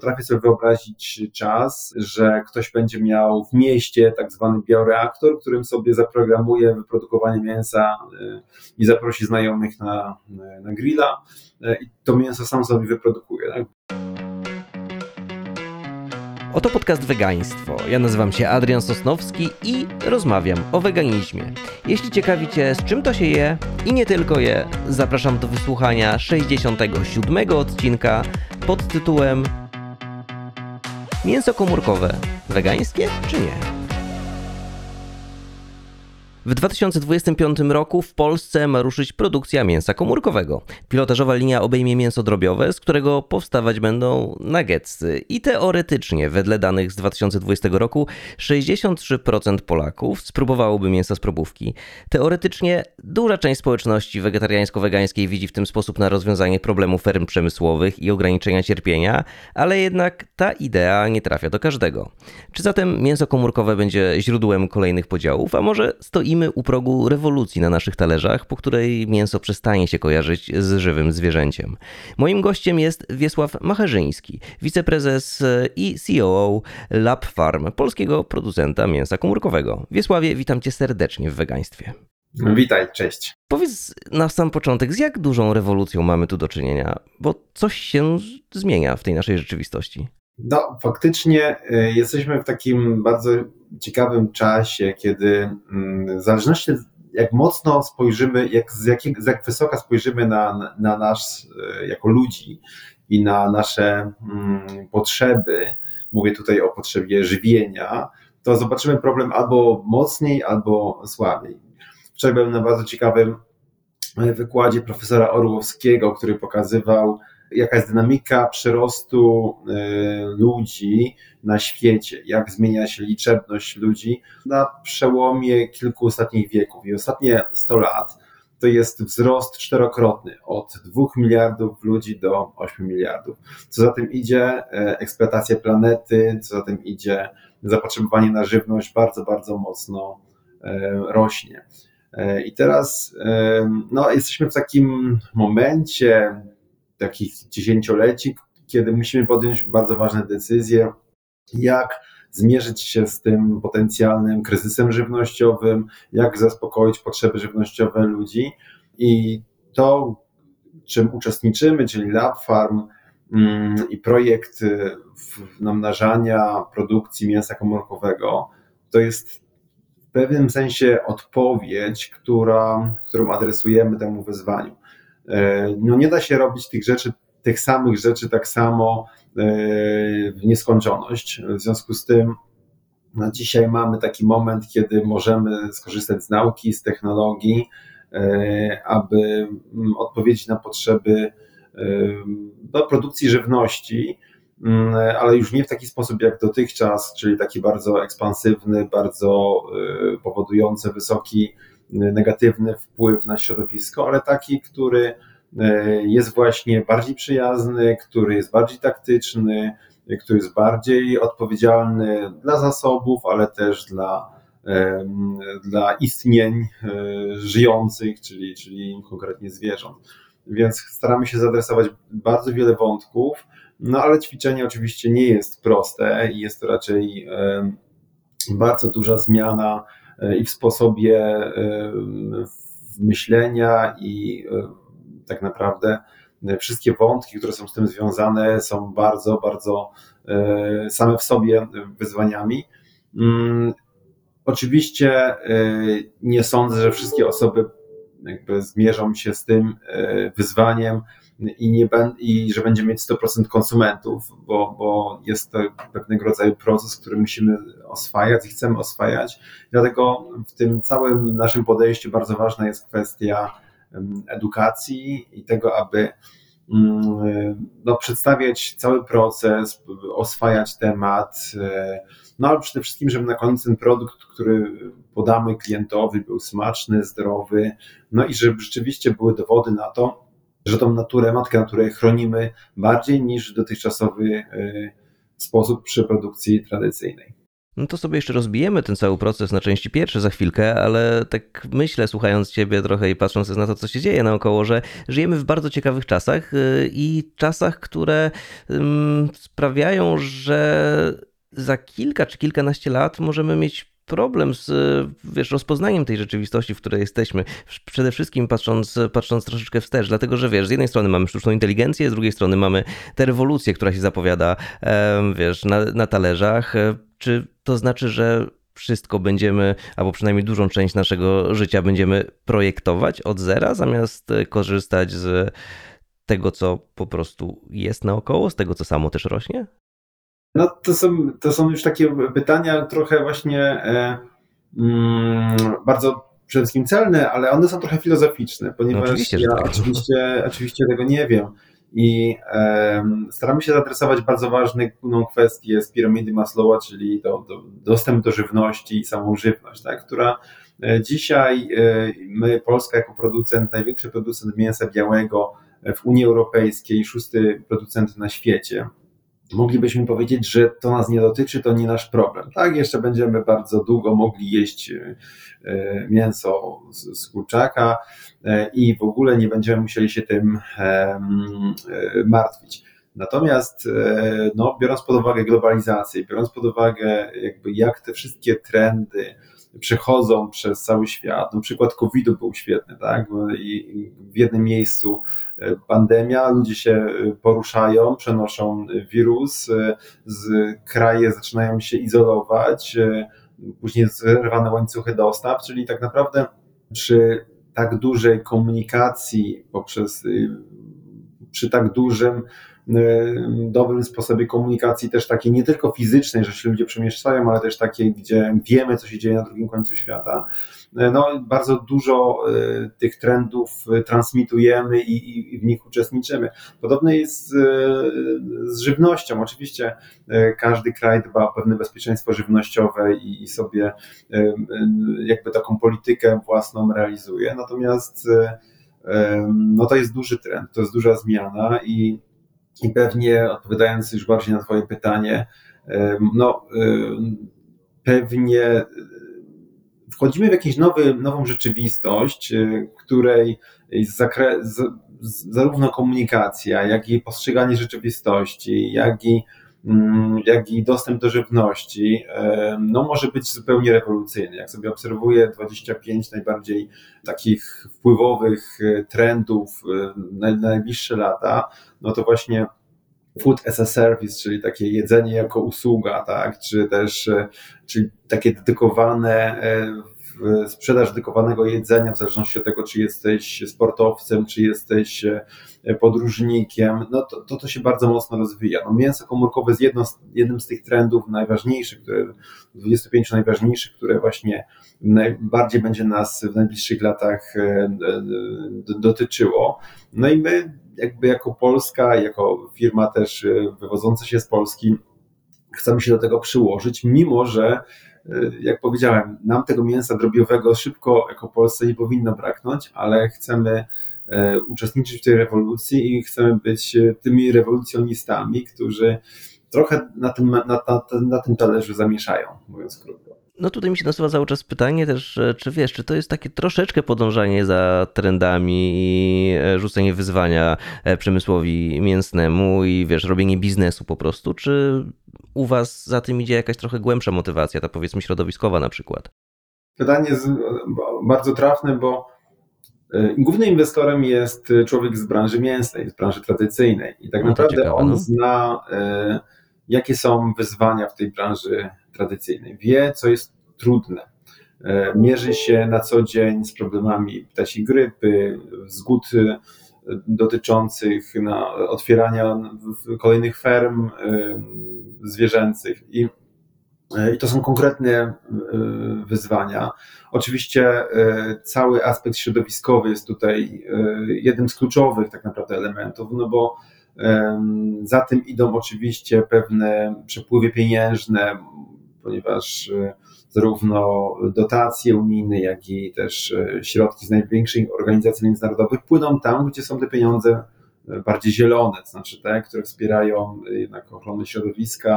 potrafię sobie wyobrazić czas, że ktoś będzie miał w mieście tak zwany bioreaktor, którym sobie zaprogramuje wyprodukowanie mięsa i zaprosi znajomych na grilla i to mięso sam sobie wyprodukuje. Tak? Oto podcast Wegaństwo. Ja nazywam się Adrian Sosnowski i rozmawiam o weganizmie. Jeśli ciekawi Cię, z czym to się je i nie tylko je, zapraszam do wysłuchania 67. odcinka pod tytułem Mięso komórkowe. Wegańskie czy nie? W 2025 roku w Polsce ma ruszyć produkcja mięsa komórkowego. Pilotażowa linia obejmie mięso drobiowe, z którego powstawać będą nuggetsy. I teoretycznie, wedle danych z 2020 roku, 63% Polaków spróbowałoby mięsa z probówki. Teoretycznie duża część społeczności wegetariańsko-wegańskiej widzi w tym sposób na rozwiązanie problemu ferm przemysłowych i ograniczenia cierpienia, ale jednak ta idea nie trafia do każdego. Czy zatem mięso komórkowe będzie źródłem kolejnych podziałów, a może stoimy u progu rewolucji na naszych talerzach, po której mięso przestanie się kojarzyć z żywym zwierzęciem? Moim gościem jest Wiesław Macherzyński, wiceprezes i COO Lab Farm, polskiego producenta mięsa komórkowego. Wiesławie, witam Cię serdecznie w wegaństwie. Witaj, cześć. Powiedz na sam początek, z jak dużą rewolucją mamy tu do czynienia, bo coś się zmienia w tej naszej rzeczywistości. No, faktycznie jesteśmy w takim bardzo ciekawym czasie, kiedy w zależności jak mocno spojrzymy, jak wysoka spojrzymy na nas jako ludzi i na nasze potrzeby, mówię tutaj o potrzebie żywienia, to zobaczymy problem albo mocniej, albo słabiej. Wczoraj byłem na bardzo ciekawym wykładzie profesora Orłowskiego, który pokazywał, jaka jest dynamika przyrostu ludzi na świecie, jak zmienia się liczebność ludzi na przełomie kilku ostatnich wieków. I ostatnie 100 lat to jest wzrost czterokrotny, od 2 miliardów ludzi do 8 miliardów. Co za tym idzie eksploatacja planety, co za tym idzie zapotrzebowanie na żywność bardzo, bardzo mocno rośnie. I teraz jesteśmy w takim momencie, takich dziesięcioleci, kiedy musimy podjąć bardzo ważne decyzje, jak zmierzyć się z tym potencjalnym kryzysem żywnościowym, jak zaspokoić potrzeby żywnościowe ludzi. I to, czym uczestniczymy, czyli Lab Farm i projekt namnażania produkcji mięsa komórkowego, to jest w pewnym sensie odpowiedź, którą adresujemy temu wyzwaniu. No nie da się robić tych samych rzeczy tak samo w nieskończoność. W związku z tym dzisiaj mamy taki moment, kiedy możemy skorzystać z nauki, z technologii, aby odpowiedzieć na potrzeby produkcji żywności, ale już nie w taki sposób jak dotychczas, czyli taki bardzo ekspansywny, bardzo powodujący wysoki negatywny wpływ na środowisko, ale taki, który jest właśnie bardziej przyjazny, który jest bardziej taktyczny, który jest bardziej odpowiedzialny dla zasobów, ale też dla istnień żyjących, czyli konkretnie zwierząt. Więc staramy się zaadresować bardzo wiele wątków, no ale ćwiczenie oczywiście nie jest proste i jest to raczej bardzo duża zmiana i w sposobie myślenia i tak naprawdę wszystkie wątki, które są z tym związane, są bardzo, bardzo same w sobie wyzwaniami. Oczywiście nie sądzę, że wszystkie osoby jakby zmierzą się z tym wyzwaniem i że będziemy mieć 100% konsumentów, bo jest to pewnego rodzaju proces, który musimy oswajać i chcemy oswajać. Dlatego w tym całym naszym podejściu bardzo ważna jest kwestia edukacji i tego, aby przedstawiać cały proces, oswajać temat, ale przede wszystkim, żeby na koniec ten produkt, który podamy klientowi, był smaczny, zdrowy, i żeby rzeczywiście były dowody na to, że tą matkę naturę chronimy bardziej niż w dotychczasowy sposób przy produkcji tradycyjnej. No to sobie jeszcze rozbijemy ten cały proces na części pierwsze za chwilkę, ale tak myślę, słuchając ciebie trochę i patrząc na to, co się dzieje naokoło, że żyjemy w bardzo ciekawych czasach i czasach, które sprawiają, że za kilka czy kilkanaście lat możemy mieć problem z, rozpoznaniem tej rzeczywistości, w której jesteśmy. Przede wszystkim patrząc troszeczkę wstecz, dlatego że z jednej strony mamy sztuczną inteligencję, z drugiej strony mamy tę rewolucję, która się zapowiada, na talerzach. Czy to znaczy, że wszystko będziemy, albo przynajmniej dużą część naszego życia będziemy projektować od zera, zamiast korzystać z tego, co po prostu jest naokoło, z tego, co samo też rośnie? No to są już takie pytania trochę właśnie bardzo przede wszystkim celne, ale one są trochę filozoficzne, No ponieważ oczywiście, że ja tak. oczywiście tego nie wiem i staramy się zaadresować bardzo ważną kwestię z piramidy Maslowa, czyli dostęp do żywności i samą żywność, tak, która dzisiaj my, Polska jako producent, największy producent mięsa białego w Unii Europejskiej, 6. producent na świecie, moglibyśmy powiedzieć, że to nas nie dotyczy, to nie nasz problem. Tak, jeszcze będziemy bardzo długo mogli jeść mięso z kurczaka i w ogóle nie będziemy musieli się tym martwić. Natomiast biorąc pod uwagę globalizację, biorąc pod uwagę jakby jak te wszystkie trendy przechodzą przez cały świat. No, przykład COVID-u był świetny, tak? I w jednym miejscu pandemia, ludzie się poruszają, przenoszą wirus, kraje zaczynają się izolować, później zerwane łańcuchy dostaw, czyli tak naprawdę przy tak dużej komunikacji przy tak dużym dobrym sposobie komunikacji, też takiej nie tylko fizycznej, że się ludzie przemieszczają, ale też takiej, gdzie wiemy, co się dzieje na drugim końcu świata. Bardzo dużo tych trendów transmitujemy i w nich uczestniczymy. Podobne jest z żywnością. Oczywiście każdy kraj dba o pewne bezpieczeństwo żywnościowe i sobie jakby taką politykę własną realizuje. Natomiast to jest duży trend, to jest duża zmiana i pewnie odpowiadając już bardziej na twoje pytanie, pewnie wchodzimy w jakąś nową rzeczywistość, której zarówno komunikacja, jak i postrzeganie rzeczywistości, jak i dostęp do żywności, może być zupełnie rewolucyjny. Jak sobie obserwuję 25 najbardziej takich wpływowych trendów na najbliższe lata, no to właśnie food as a service, czyli takie jedzenie jako usługa, tak, czyli takie dedykowane sprzedaż dedykowanego jedzenia, w zależności od tego, czy jesteś sportowcem, czy jesteś podróżnikiem, to się bardzo mocno rozwija. Mięso komórkowe jest jednym z tych trendów najważniejszych, 25 najważniejszych, które właśnie najbardziej będzie nas w najbliższych latach dotyczyło. No i my jakby jako Polska, jako firma też wywodząca się z Polski, chcemy się do tego przyłożyć, mimo że jak powiedziałem, nam tego mięsa drobiowego szybko jako Polsce nie powinno braknąć, ale chcemy uczestniczyć w tej rewolucji i chcemy być tymi rewolucjonistami, którzy trochę na tym talerzu zamieszają, mówiąc krótko. No tutaj mi się nasuwa cały czas pytanie też, czy to jest takie troszeczkę podążanie za trendami i rzucenie wyzwania przemysłowi mięsnemu i robienie biznesu po prostu, czy u was za tym idzie jakaś trochę głębsza motywacja, ta powiedzmy środowiskowa na przykład? Pytanie jest bardzo trafne, bo głównym inwestorem jest człowiek z branży mięsnej, z branży tradycyjnej i tak naprawdę ciekawe, on zna, jakie są wyzwania w tej branży tradycyjnej. Wie, co jest trudne. Mierzy się na co dzień z problemami ptasiej grypy, zgód dotyczących otwierania kolejnych ferm zwierzęcych i to są konkretne wyzwania. Oczywiście cały aspekt środowiskowy jest tutaj jednym z kluczowych tak naprawdę elementów, bo za tym idą oczywiście pewne przepływy pieniężne, ponieważ zarówno dotacje unijne, jak i też środki z największych organizacji międzynarodowych płyną tam, gdzie są te pieniądze bardziej zielone, to znaczy te, które wspierają jednak ochronę środowiska,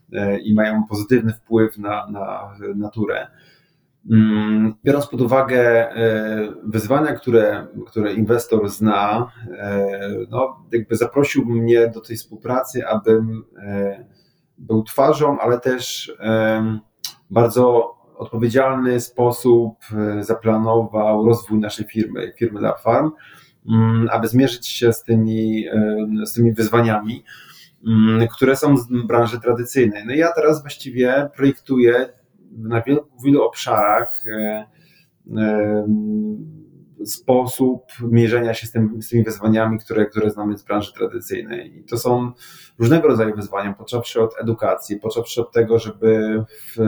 i mają pozytywny wpływ na naturę. Biorąc pod uwagę wyzwania, które inwestor zna, no, jakby zaprosił mnie do tej współpracy, abym był twarzą, ale też bardzo odpowiedzialny sposób zaplanował rozwój naszej firmy Lab Farm, aby zmierzyć się z tymi wyzwaniami, które są z branży tradycyjnej. No i ja teraz właściwie projektuję na wielu obszarach sposób mierzenia się z tymi wyzwaniami, które znamy z branży tradycyjnej. I to są różnego rodzaju wyzwania, począwszy od edukacji, począwszy od tego, żeby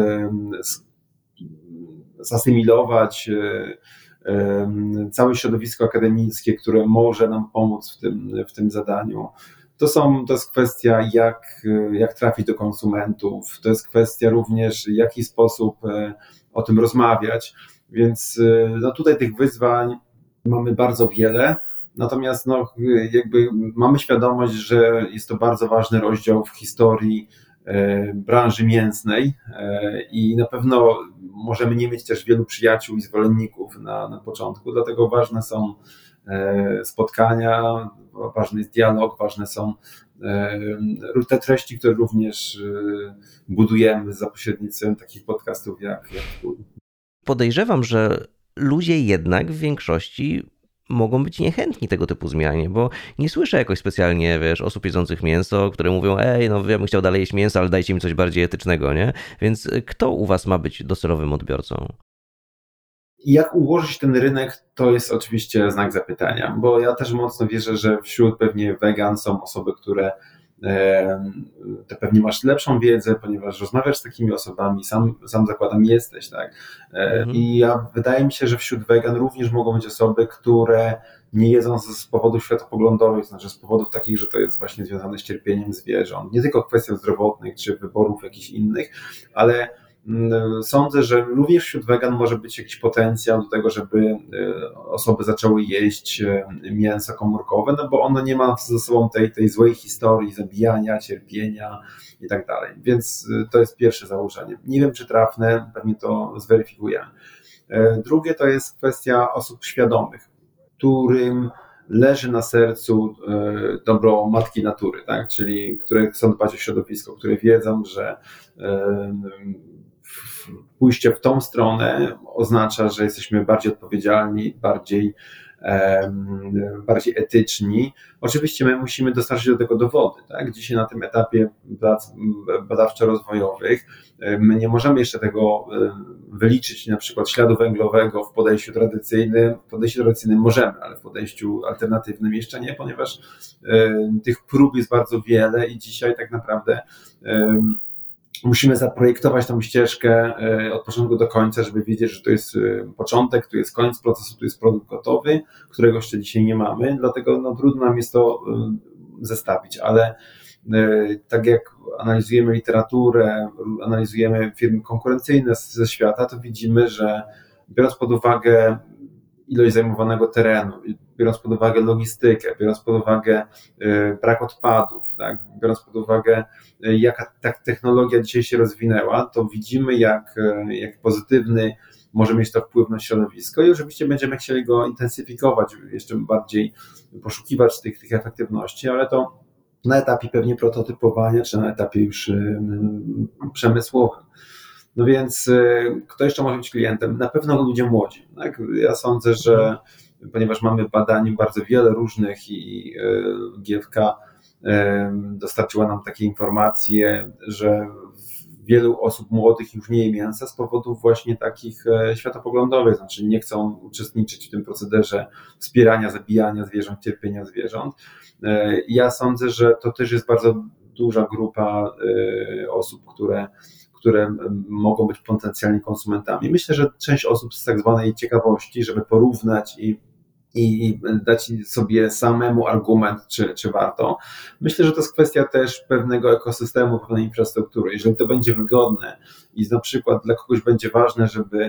zasymilować całe środowisko akademickie, które może nam pomóc w tym zadaniu. To jest kwestia, jak trafić do konsumentów, to jest kwestia również, w jaki sposób o tym rozmawiać, więc no tutaj tych wyzwań mamy bardzo wiele, natomiast no, jakby mamy świadomość, że jest to bardzo ważny rozdział w historii branży mięsnej i na pewno możemy nie mieć też wielu przyjaciół i zwolenników na początku, dlatego ważne są spotkania, ważny jest dialog, ważne są te treści, które również budujemy za pośrednictwem takich podcastów jak twój. Podejrzewam, że ludzie jednak w większości mogą być niechętni tego typu zmianie, bo nie słyszę jakoś specjalnie, osób jedzących mięso, które mówią, no ja bym chciał dalej jeść mięso, ale dajcie mi coś bardziej etycznego, nie? Więc kto u was ma być docelowym odbiorcą? Jak ułożyć ten rynek, to jest oczywiście znak zapytania, bo ja też mocno wierzę, że wśród pewnie wegan są osoby, które to pewnie masz lepszą wiedzę, ponieważ rozmawiasz z takimi osobami, sam zakładam jesteś, tak? I wydaje mi się, że wśród wegan również mogą być osoby, które nie jedzą z powodów światopoglądowych, znaczy z powodów takich, że to jest właśnie związane z cierpieniem zwierząt, nie tylko kwestią zdrowotnych czy wyborów jakichś innych, ale sądzę, że również wśród wegan może być jakiś potencjał do tego, żeby osoby zaczęły jeść mięso komórkowe, no bo ono nie ma ze sobą tej złej historii zabijania, cierpienia i tak dalej. Więc to jest pierwsze założenie. Nie wiem, czy trafne, pewnie to zweryfikujemy. Drugie to jest kwestia osób świadomych, którym leży na sercu dobro matki natury, tak? Czyli które chcą dbać o środowisko, które wiedzą, że pójście w tą stronę oznacza, że jesteśmy bardziej odpowiedzialni, bardziej etyczni. Oczywiście my musimy dostarczyć do tego dowody. Tak? Dzisiaj na tym etapie prac badawczo-rozwojowych my nie możemy jeszcze tego wyliczyć, na przykład śladu węglowego w podejściu tradycyjnym. W podejściu tradycyjnym możemy, ale w podejściu alternatywnym jeszcze nie, ponieważ tych prób jest bardzo wiele i dzisiaj tak naprawdę musimy zaprojektować tą ścieżkę od początku do końca, żeby wiedzieć, że to jest początek, tu jest koniec procesu, tu jest produkt gotowy, którego jeszcze dzisiaj nie mamy, dlatego no, trudno nam jest to zestawić, ale tak jak analizujemy literaturę, analizujemy firmy konkurencyjne ze świata, to widzimy, że biorąc pod uwagę ilość zajmowanego terenu, biorąc pod uwagę logistykę, biorąc pod uwagę brak odpadów, tak? Biorąc pod uwagę jaka ta technologia dzisiaj się rozwinęła, to widzimy jak pozytywny może mieć to wpływ na środowisko i oczywiście będziemy chcieli go intensyfikować, jeszcze bardziej poszukiwać tych efektywności, ale to na etapie pewnie prototypowania, czy na etapie już przemysłowym. No więc kto jeszcze może być klientem? Na pewno ludzie młodzi. Tak? Ja sądzę, że ponieważ mamy badań bardzo wiele różnych i GfK dostarczyła nam takie informacje, że wielu osób młodych już nie je mięsa z powodów właśnie takich światopoglądowych, znaczy nie chcą uczestniczyć w tym procederze wspierania, zabijania zwierząt, cierpienia zwierząt. Ja sądzę, że to też jest bardzo duża grupa osób, które mogą być potencjalnie konsumentami. Myślę, że część osób z tak zwanej ciekawości, żeby porównać i dać sobie samemu argument, czy warto. Myślę, że to jest kwestia też pewnego ekosystemu, pewnej infrastruktury. Jeżeli to będzie wygodne i na przykład dla kogoś będzie ważne, żeby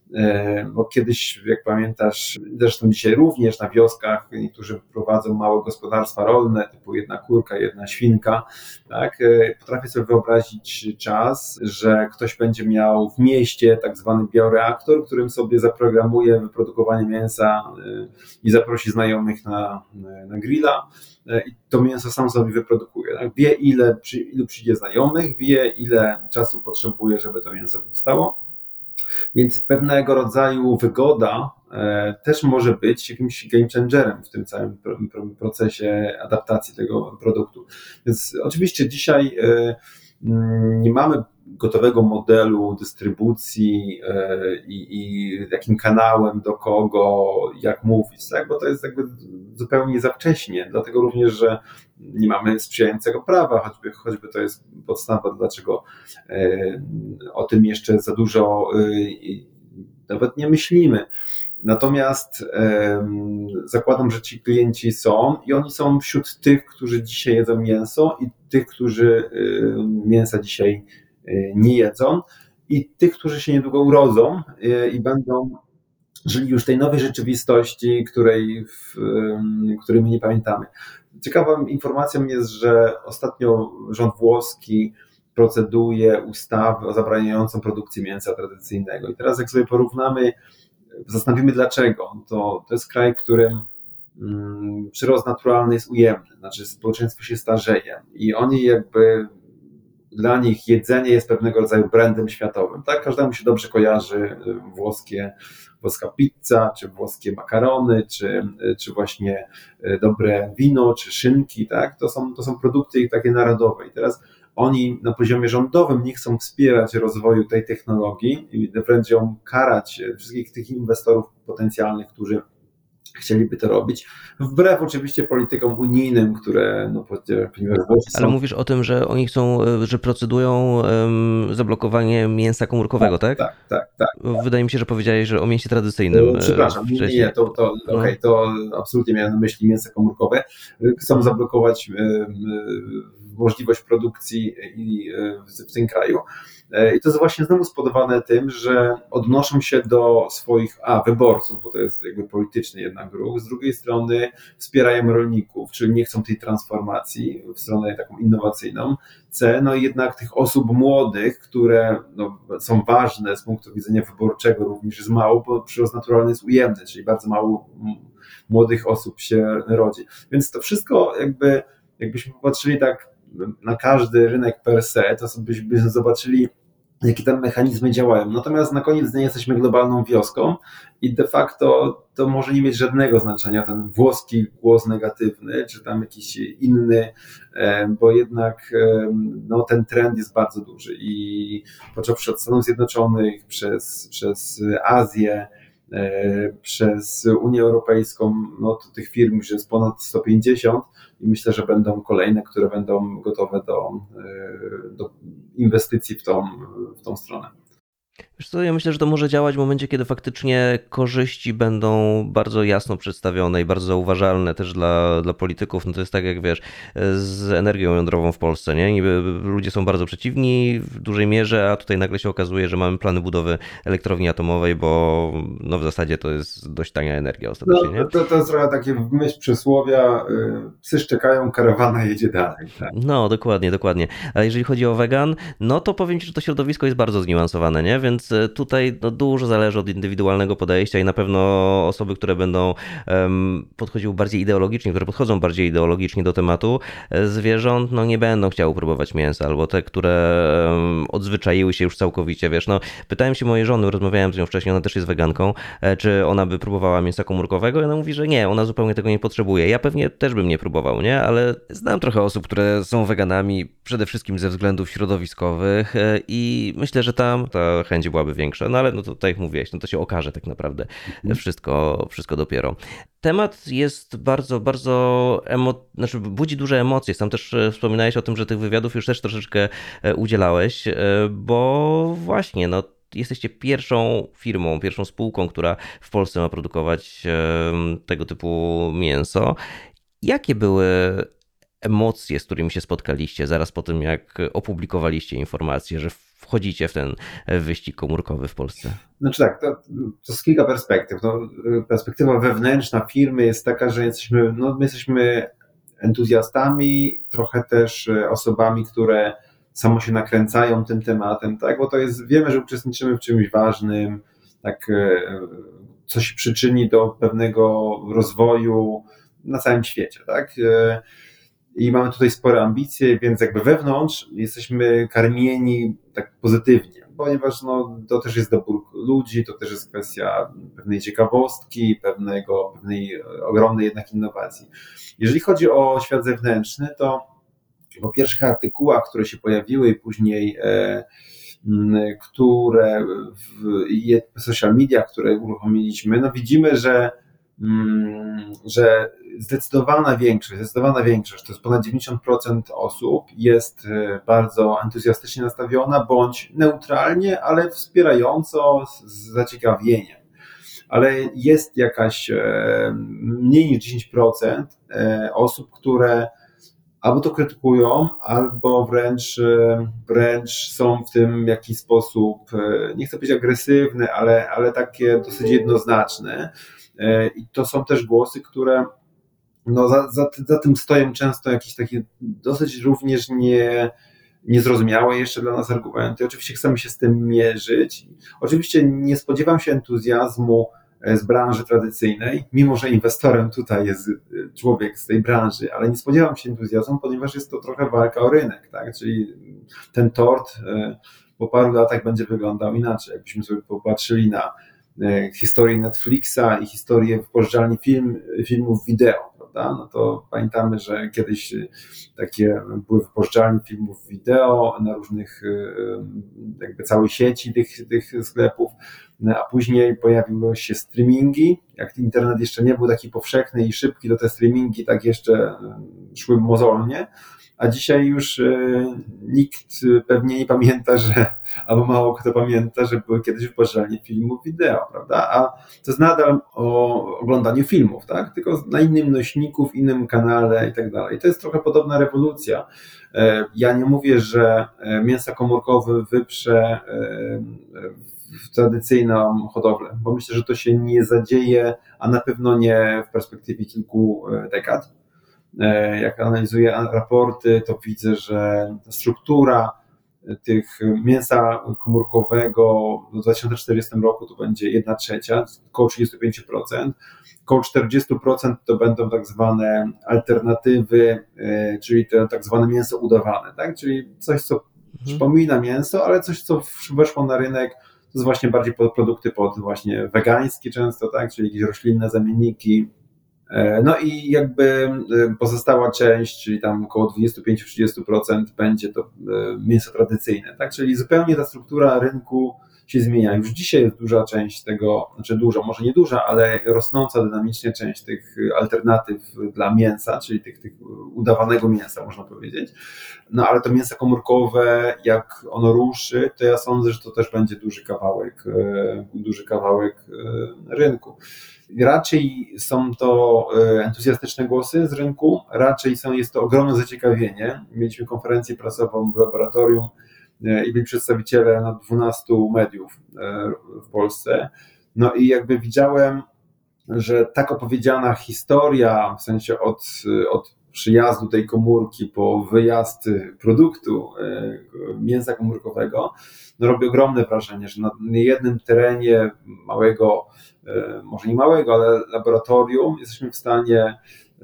bo kiedyś, jak pamiętasz, zresztą dzisiaj również na wioskach niektórzy prowadzą małe gospodarstwa rolne, typu jedna kurka, jedna świnka, tak? Potrafię sobie wyobrazić czas, że ktoś będzie miał w mieście tak zwany bioreaktor, którym sobie zaprogramuje wyprodukowanie mięsa i zaprosi znajomych na grilla i to mięso sam sobie wyprodukuje. Tak? Wie, ilu przyjdzie znajomych, wie, ile czasu potrzebuje, żeby to mięso powstało. Więc pewnego rodzaju wygoda też może być jakimś game changerem w tym całym procesie adaptacji tego produktu. Więc oczywiście dzisiaj nie mamy gotowego modelu dystrybucji i jakim kanałem, do kogo, jak mówić, tak? Bo to jest jakby zupełnie za wcześnie, dlatego również, że nie mamy sprzyjającego prawa, choćby to jest podstawa, dlaczego o tym jeszcze za dużo nawet nie myślimy. Natomiast zakładam, że ci klienci są i oni są wśród tych, którzy dzisiaj jedzą mięso i tych, którzy mięsa dzisiaj nie jedzą i tych, którzy się niedługo urodzą i będą żyli już w tej nowej rzeczywistości, której my nie pamiętamy. Ciekawą informacją jest, że ostatnio rząd włoski proceduje ustawę zabraniającą produkcji mięsa tradycyjnego. I teraz jak sobie porównamy, zastanowimy dlaczego, to jest kraj, w którym przyrost naturalny jest ujemny, znaczy społeczeństwo się starzeje i oni jakby dla nich jedzenie jest pewnego rodzaju brandem światowym. Tak? Każdemu się dobrze kojarzy włoska pizza, czy włoskie makarony, czy właśnie dobre wino, czy szynki. Tak? To są produkty takie narodowe. I teraz oni na poziomie rządowym nie chcą wspierać rozwoju tej technologii i wręcz ją karać wszystkich tych inwestorów potencjalnych, którzy chcieliby to robić, wbrew oczywiście politykom unijnym, które ponieważ Włosi Ale mówisz o tym, że oni chcą, że procedują zablokowanie mięsa komórkowego, tak? Tak. Wydaje mi się, że powiedziałeś, że o mięsie tradycyjnym. Przepraszam, nie, to absolutnie miałem na myśli mięsa komórkowe. Chcą zablokować możliwość produkcji w tym kraju. I to jest właśnie znowu spowodowane tym, że odnoszą się do swoich wyborców, bo to jest jakby polityczny jednak ruch, z drugiej strony wspierają rolników, czyli nie chcą tej transformacji w stronę taką innowacyjną, no i jednak tych osób młodych, które są ważne z punktu widzenia wyborczego również jest mało, bo przyrost naturalny jest ujemny, czyli bardzo mało młodych osób się rodzi. Więc to wszystko jakbyśmy popatrzyli tak na każdy rynek per se, to byśmy zobaczyli, jakie tam mechanizmy działają. Natomiast na koniec dnia jesteśmy globalną wioską i de facto to może nie mieć żadnego znaczenia, ten włoski głos negatywny, czy tam jakiś inny, bo jednak ten trend jest bardzo duży i począwszy od Stanów Zjednoczonych, przez Azję, przez Unię Europejską, to tych firm już jest ponad 150 i myślę, że będą kolejne, które będą gotowe do inwestycji w tą stronę. Wiesz co, ja myślę, że to może działać w momencie, kiedy faktycznie korzyści będą bardzo jasno przedstawione i bardzo zauważalne też dla polityków. To jest tak jak wiesz, z energią jądrową w Polsce, nie? Niby ludzie są bardzo przeciwni w dużej mierze, a tutaj nagle się okazuje, że mamy plany budowy elektrowni atomowej, bo w zasadzie to jest dość tania energia ostatecznie, nie? To jest trochę takie w myśl przysłowia, psy szczekają, karawana jedzie dalej. Tak? No, dokładnie. A jeżeli chodzi o wegan, to powiem Ci, że to środowisko jest bardzo zniuansowane, nie? Więc tutaj dużo zależy od indywidualnego podejścia i na pewno osoby, które będą podchodziły bardziej ideologicznie, które podchodzą bardziej ideologicznie do tematu zwierząt, nie będą chciały próbować mięsa, albo te, które odzwyczaiły się już całkowicie, wiesz, pytałem się mojej żony, rozmawiałem z nią wcześniej, ona też jest weganką, czy ona by próbowała mięsa komórkowego i ona mówi, że nie, ona zupełnie tego nie potrzebuje. Ja pewnie też bym nie próbował, nie? Ale znam trochę osób, które są weganami przede wszystkim ze względów środowiskowych i myślę, że tam ta chęć byłaby większa, ale to tak jak mówiłeś, to się okaże tak naprawdę wszystko dopiero. Temat jest bardzo, bardzo budzi duże emocje. Sam też wspominałeś o tym, że tych wywiadów już też troszeczkę udzielałeś, bo właśnie, jesteście pierwszą firmą, pierwszą spółką, która w Polsce ma produkować tego typu mięso. Jakie były emocje, z którymi się spotkaliście zaraz po tym, jak opublikowaliście informację, że wchodzicie w ten wyścig komórkowy w Polsce? Znaczy tak, to z kilka perspektyw. No, perspektywa wewnętrzna firmy jest taka, że my jesteśmy entuzjastami, trochę też osobami, które samo się nakręcają tym tematem, tak? Bo to jest, wiemy, że uczestniczymy w czymś ważnym, tak, co się przyczyni do pewnego rozwoju na całym świecie, tak? I mamy tutaj spore ambicje, więc jakby wewnątrz jesteśmy karmieni tak pozytywnie, ponieważ to też jest dobór ludzi, to też jest kwestia pewnej ciekawostki, pewnej ogromnej jednak innowacji. Jeżeli chodzi o świat zewnętrzny, to po pierwszych artykułach, które się pojawiły i później które w social media, które uruchomiliśmy, no widzimy, że zdecydowana większość, to jest ponad 90% osób jest bardzo entuzjastycznie nastawiona, bądź neutralnie, ale wspierająco, z zaciekawieniem. Ale jest jakaś mniej niż 10% osób, które albo to krytykują, albo wręcz są w tym w jakiś sposób, nie chcę być agresywny, ale takie dosyć jednoznaczne. I to są też głosy, które za tym stoją często jakieś takie dosyć również niezrozumiałe jeszcze dla nas argumenty. Oczywiście chcemy się z tym mierzyć. Oczywiście nie spodziewam się entuzjazmu z branży tradycyjnej, mimo że inwestorem tutaj jest człowiek z tej branży, ale nie spodziewam się entuzjazmu, ponieważ jest to trochę walka o rynek, tak? Czyli ten tort po paru latach będzie wyglądał inaczej. Jakbyśmy sobie popatrzyli na historię Netflixa i historię wypożyczalni filmów wideo, prawda? No to pamiętamy, że kiedyś takie były wypożyczalnie filmów wideo na różnych, jakby całej sieci tych sklepów, a później pojawiły się streamingi. Jak internet jeszcze nie był taki powszechny i szybki, to te streamingi tak jeszcze szły mozolnie, a dzisiaj już nikt pewnie nie pamięta, albo mało kto pamięta, że były kiedyś wypożyczalnie filmów wideo, prawda? A to jest nadal o oglądaniu filmów, tak? Tylko na innym nośniku, w innym kanale i tak dalej. To jest trochę podobna rewolucja. Ja nie mówię, że mięsa komórkowe wyprze w tradycyjną hodowlę, bo myślę, że to się nie zadzieje, a na pewno nie w perspektywie kilku dekad. Jak analizuję raporty, to widzę, że struktura tych mięsa komórkowego w 2040 roku to będzie 1/3, około 35%, około 40% to będą tak zwane alternatywy, czyli to tak zwane mięso udawane, tak? Czyli coś, co przypomina mięso, ale coś, co weszło na rynek, to jest właśnie bardziej produkty właśnie wegańskie często, tak? Czyli jakieś roślinne zamienniki. No i jakby pozostała część, czyli tam około 25-30% będzie to mięso tradycyjne, tak? Czyli zupełnie ta struktura rynku się zmienia. Już dzisiaj jest duża część tego, znaczy duża, może nie duża, ale rosnąca dynamicznie część tych alternatyw dla mięsa, czyli tych udawanego mięsa, można powiedzieć. No ale to mięso komórkowe, jak ono ruszy, to ja sądzę, że to też będzie duży kawałek rynku. Raczej są to entuzjastyczne głosy z rynku, jest to ogromne zaciekawienie. Mieliśmy konferencję prasową w laboratorium i byli przedstawiciele 12 mediów w Polsce. No i jakby widziałem, że tak opowiedziana historia, w sensie od przyjazdu tej komórki po wyjazd produktu mięsa komórkowego, no robi ogromne wrażenie, że na jednym terenie małego, może nie małego, ale laboratorium jesteśmy w stanie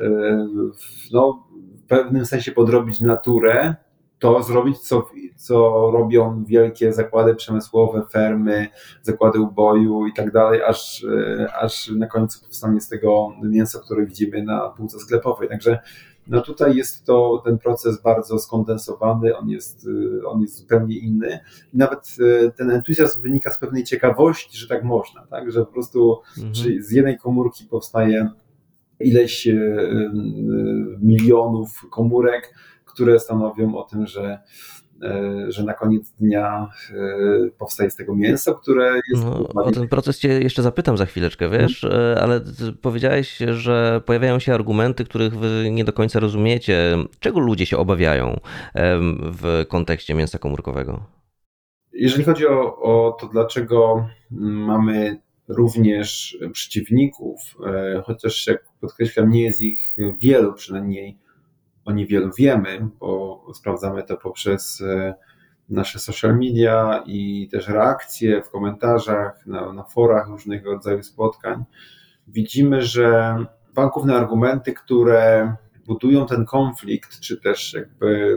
w pewnym sensie podrobić naturę, to zrobić, co robią wielkie zakłady przemysłowe, fermy, zakłady uboju i tak dalej, aż na końcu powstanie z tego mięso, które widzimy na półce sklepowej. Także no tutaj jest ten proces bardzo skondensowany, on jest zupełnie inny. I nawet ten entuzjazm wynika z pewnej ciekawości, że tak można, tak? Że po prostu z jednej komórki powstaje ileś milionów komórek, które stanowią o tym, że że na koniec dnia powstaje z tego mięso, które jest... No, o ten proces cię jeszcze zapytam za chwileczkę, wiesz, ale powiedziałeś, że pojawiają się argumenty, których wy nie do końca rozumiecie. Czego ludzie się obawiają w kontekście mięsa komórkowego? Jeżeli chodzi o to, dlaczego mamy również przeciwników, chociaż jak podkreślam, nie jest ich wielu, przynajmniej o niewielu wiemy, bo sprawdzamy to poprzez nasze social media i też reakcje w komentarzach, na forach różnego rodzaju spotkań. Widzimy, że dwa główne argumenty, które budują ten konflikt, czy też jakby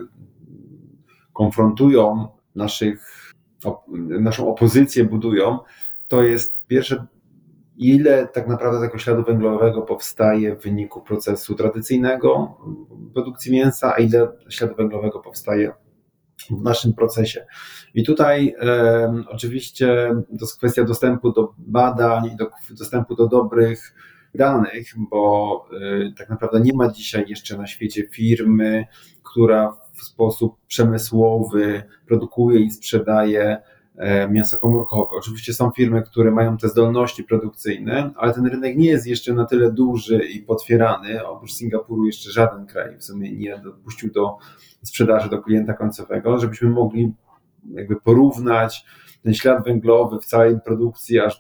konfrontują naszą opozycję budują, to jest pierwsze, ile tak naprawdę tego śladu węglowego powstaje w wyniku procesu tradycyjnego produkcji mięsa, a ile śladu węglowego powstaje w naszym procesie. I tutaj oczywiście to jest kwestia dostępu do badań, dostępu do dobrych danych, bo tak naprawdę nie ma dzisiaj jeszcze na świecie firmy, która w sposób przemysłowy produkuje i sprzedaje mięso komórkowe. Oczywiście są firmy, które mają te zdolności produkcyjne, ale ten rynek nie jest jeszcze na tyle duży i potwierany. Oprócz Singapuru jeszcze żaden kraj w sumie nie dopuścił do sprzedaży do klienta końcowego, żebyśmy mogli jakby porównać ten ślad węglowy w całej produkcji aż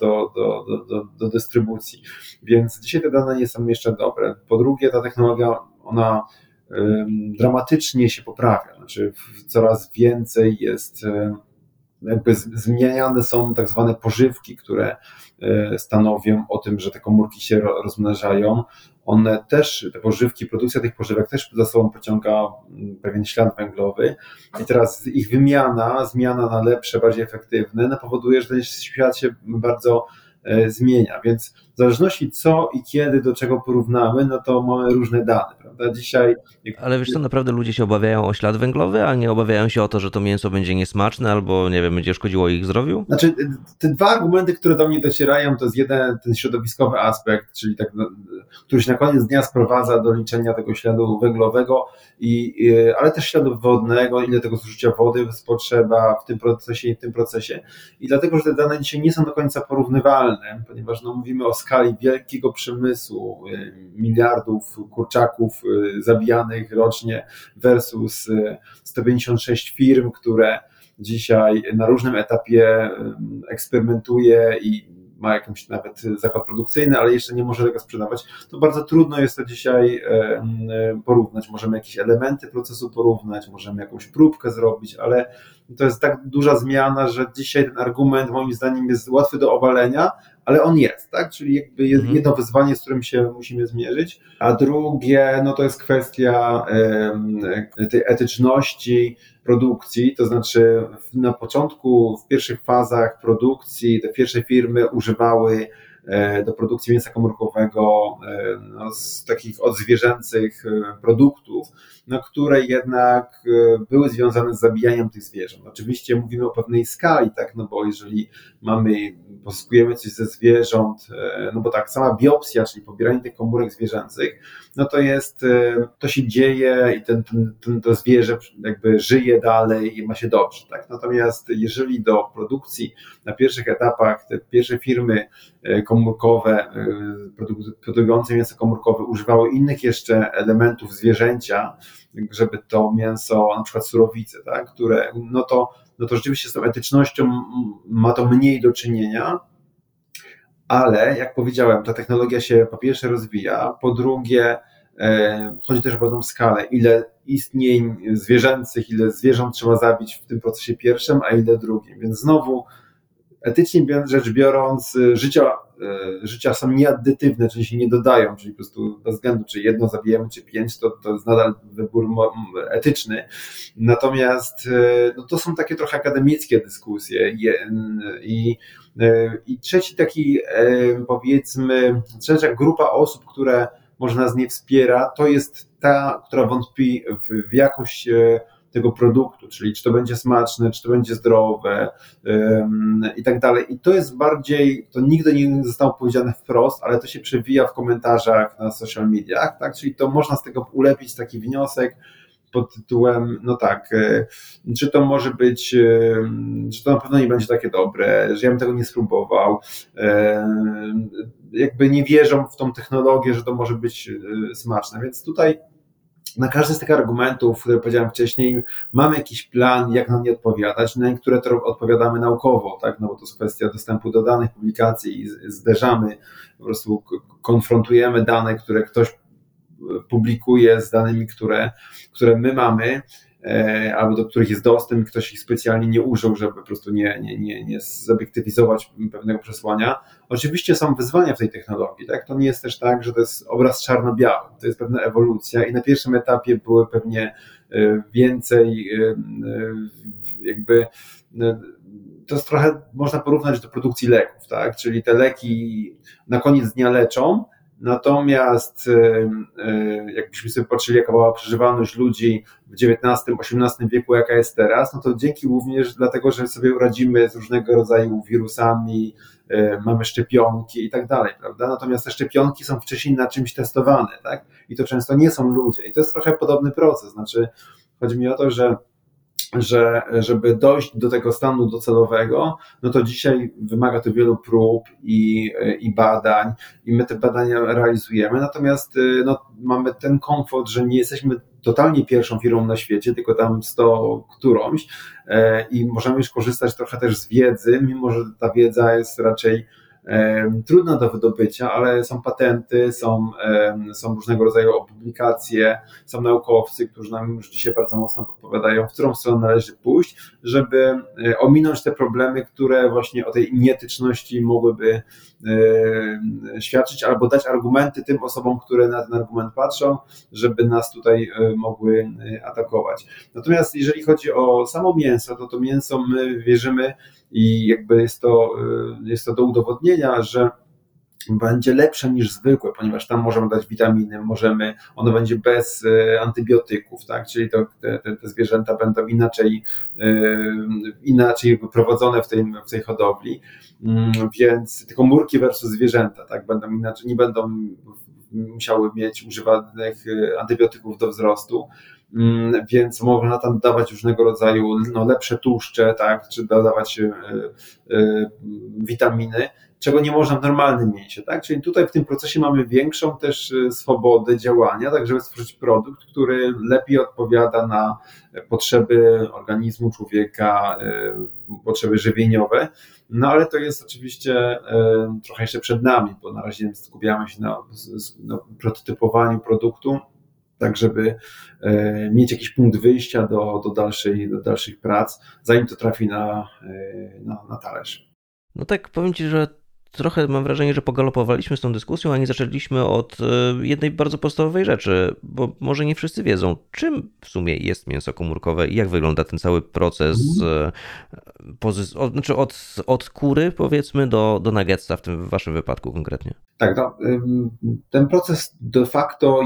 do dystrybucji. Więc dzisiaj te dane nie są jeszcze dobre. Po drugie, ta technologia, ona dramatycznie się poprawia. Znaczy coraz więcej jest jakby zmieniane są tak zwane pożywki, które stanowią o tym, że te komórki się rozmnażają. One też, te pożywki, produkcja tych pożywek też za sobą pociąga pewien ślad węglowy i teraz ich zmiana na lepsze, bardziej efektywne, powoduje, że ten świat się bardzo zmienia, więc w zależności co i kiedy do czego porównamy, no to mamy różne dane, prawda? Dzisiaj... Ale wiesz co, naprawdę ludzie się obawiają o ślad węglowy, a nie obawiają się o to, że to mięso będzie niesmaczne albo, nie wiem, będzie szkodziło ich zdrowiu? Znaczy, te dwa argumenty, które do mnie docierają, to jest jeden, ten środowiskowy aspekt, czyli tak, który się na koniec dnia sprowadza do liczenia tego śladu węglowego, ale też śladu wodnego, ile tego zużycia wody jest potrzeba w tym procesie i w tym procesie. I dlatego, że te dane dzisiaj nie są do końca porównywalne, ponieważ mówimy o skali wielkiego przemysłu, miliardów kurczaków zabijanych rocznie versus 156 firm, które dzisiaj na różnym etapie eksperymentuje i ma jakiś nawet zakład produkcyjny, ale jeszcze nie może tego sprzedawać, to bardzo trudno jest to dzisiaj porównać. Możemy jakieś elementy procesu porównać, możemy jakąś próbkę zrobić, ale to jest tak duża zmiana, że dzisiaj ten argument moim zdaniem jest łatwy do obalenia, ale on jest, tak? Czyli jakby jest jedno wyzwanie, z którym się musimy zmierzyć, a drugie, no to jest kwestia tej etyczności produkcji, to znaczy na początku, w pierwszych fazach produkcji te pierwsze firmy używały do produkcji mięsa komórkowego z takich odzwierzęcych produktów, które jednak były związane z zabijaniem tych zwierząt. Oczywiście mówimy o pewnej skali, tak, no bo jeżeli pozyskujemy coś ze zwierząt, no bo tak, sama biopsja, czyli pobieranie tych komórek zwierzęcych, no to się dzieje i to zwierzę jakby żyje dalej i ma się dobrze, tak. Natomiast jeżeli do produkcji na pierwszych etapach te pierwsze firmy komórkowe, produkujące mięso komórkowe używały innych jeszcze elementów zwierzęcia, żeby to mięso, na przykład surowice, tak, które, no to rzeczywiście z tą etycznością ma to mniej do czynienia, ale jak powiedziałem, ta technologia się po pierwsze rozwija, po drugie chodzi też o pewną skalę, ile istnień zwierzęcych, ile zwierząt trzeba zabić w tym procesie pierwszym, a ile drugim, więc znowu etycznie rzecz biorąc, życia są nieaddytywne, czyli się nie dodają, czyli po prostu bez względu, czy jedno zabijemy, czy 5, to jest nadal wybór etyczny. Natomiast no to są takie trochę akademickie dyskusje. I trzeci taki, powiedzmy, trzecia grupa osób, które może nas nie wspiera, to jest ta, która wątpi w jakość tego produktu, czyli czy to będzie smaczne, czy to będzie zdrowe i tak dalej. I to jest bardziej, to nigdy nie zostało powiedziane wprost, ale to się przewija w komentarzach na social mediach, tak? Czyli to można z tego ulepić taki wniosek pod tytułem, no tak, czy to może być, że to na pewno nie będzie takie dobre, że ja bym tego nie spróbował, jakby nie wierzą w tą technologię, że to może być smaczne, więc tutaj na każdy z tych argumentów, które powiedziałem wcześniej, mamy jakiś plan, jak na nie odpowiadać. Na niektóre to odpowiadamy naukowo, tak? No bo to jest kwestia dostępu do danych, publikacji i zderzamy, po prostu konfrontujemy dane, które ktoś publikuje z danymi, które my mamy, albo do których jest dostęp, ktoś ich specjalnie nie użył, żeby po prostu nie zobiektywizować pewnego przesłania. Oczywiście są wyzwania w tej technologii, tak? To nie jest też tak, że to jest obraz czarno-biały, to jest pewna ewolucja i na pierwszym etapie były pewnie więcej jakby to jest trochę, można porównać do produkcji leków, tak? Czyli te leki na koniec dnia leczą, natomiast jakbyśmy sobie patrzyli, jaka była przeżywalność ludzi w XIX-XVIII wieku, jaka jest teraz, no to dzięki również dlatego, że sobie radzimy z różnego rodzaju wirusami, mamy szczepionki i tak dalej, prawda? Natomiast te szczepionki są wcześniej na czymś testowane, tak? I to często nie są ludzie. I to jest trochę podobny proces. Znaczy, chodzi mi o to, że żeby dojść do tego stanu docelowego, no to dzisiaj wymaga to wielu prób i badań i my te badania realizujemy, natomiast no, mamy ten komfort, że nie jesteśmy totalnie pierwszą firmą na świecie, tylko tam 100 którąś i możemy już korzystać trochę też z wiedzy, mimo że ta wiedza jest raczej trudna do wydobycia, ale są patenty, są różnego rodzaju publikacje, są naukowcy, którzy nam już dzisiaj bardzo mocno podpowiadają, w którą stronę należy pójść, żeby ominąć te problemy, które właśnie o tej nieetyczności mogłyby świadczyć, albo dać argumenty tym osobom, które na ten argument patrzą, żeby nas tutaj mogły atakować. Natomiast jeżeli chodzi o samo mięso, to mięso my wierzymy i jakby jest to do udowodnienia, że będzie lepsze niż zwykłe, ponieważ tam możemy dać witaminy, ono będzie bez antybiotyków, tak? Czyli te zwierzęta będą inaczej prowadzone w tej hodowli, więc te komórki versus zwierzęta, tak? Będą inaczej, nie będą musiały mieć używanych antybiotyków do wzrostu, więc można tam dawać różnego rodzaju lepsze tłuszcze, tak? Czy dodawać witaminy, czego nie można w normalnym mięsie, tak? Czyli tutaj w tym procesie mamy większą też swobodę działania, tak żeby stworzyć produkt, który lepiej odpowiada na potrzeby organizmu człowieka, potrzeby żywieniowe, no ale to jest oczywiście trochę jeszcze przed nami, bo na razie skupiamy się na prototypowaniu produktu, tak żeby mieć jakiś punkt wyjścia do dalszych prac, zanim to trafi na talerz. No tak, powiem Ci, że trochę mam wrażenie, że pogalopowaliśmy z tą dyskusją, a nie zaczęliśmy od jednej bardzo podstawowej rzeczy, bo może nie wszyscy wiedzą, czym w sumie jest mięso komórkowe i jak wygląda ten cały proces od kury, powiedzmy, do nuggetsa, w waszym wypadku konkretnie. Tak, no, ten proces de facto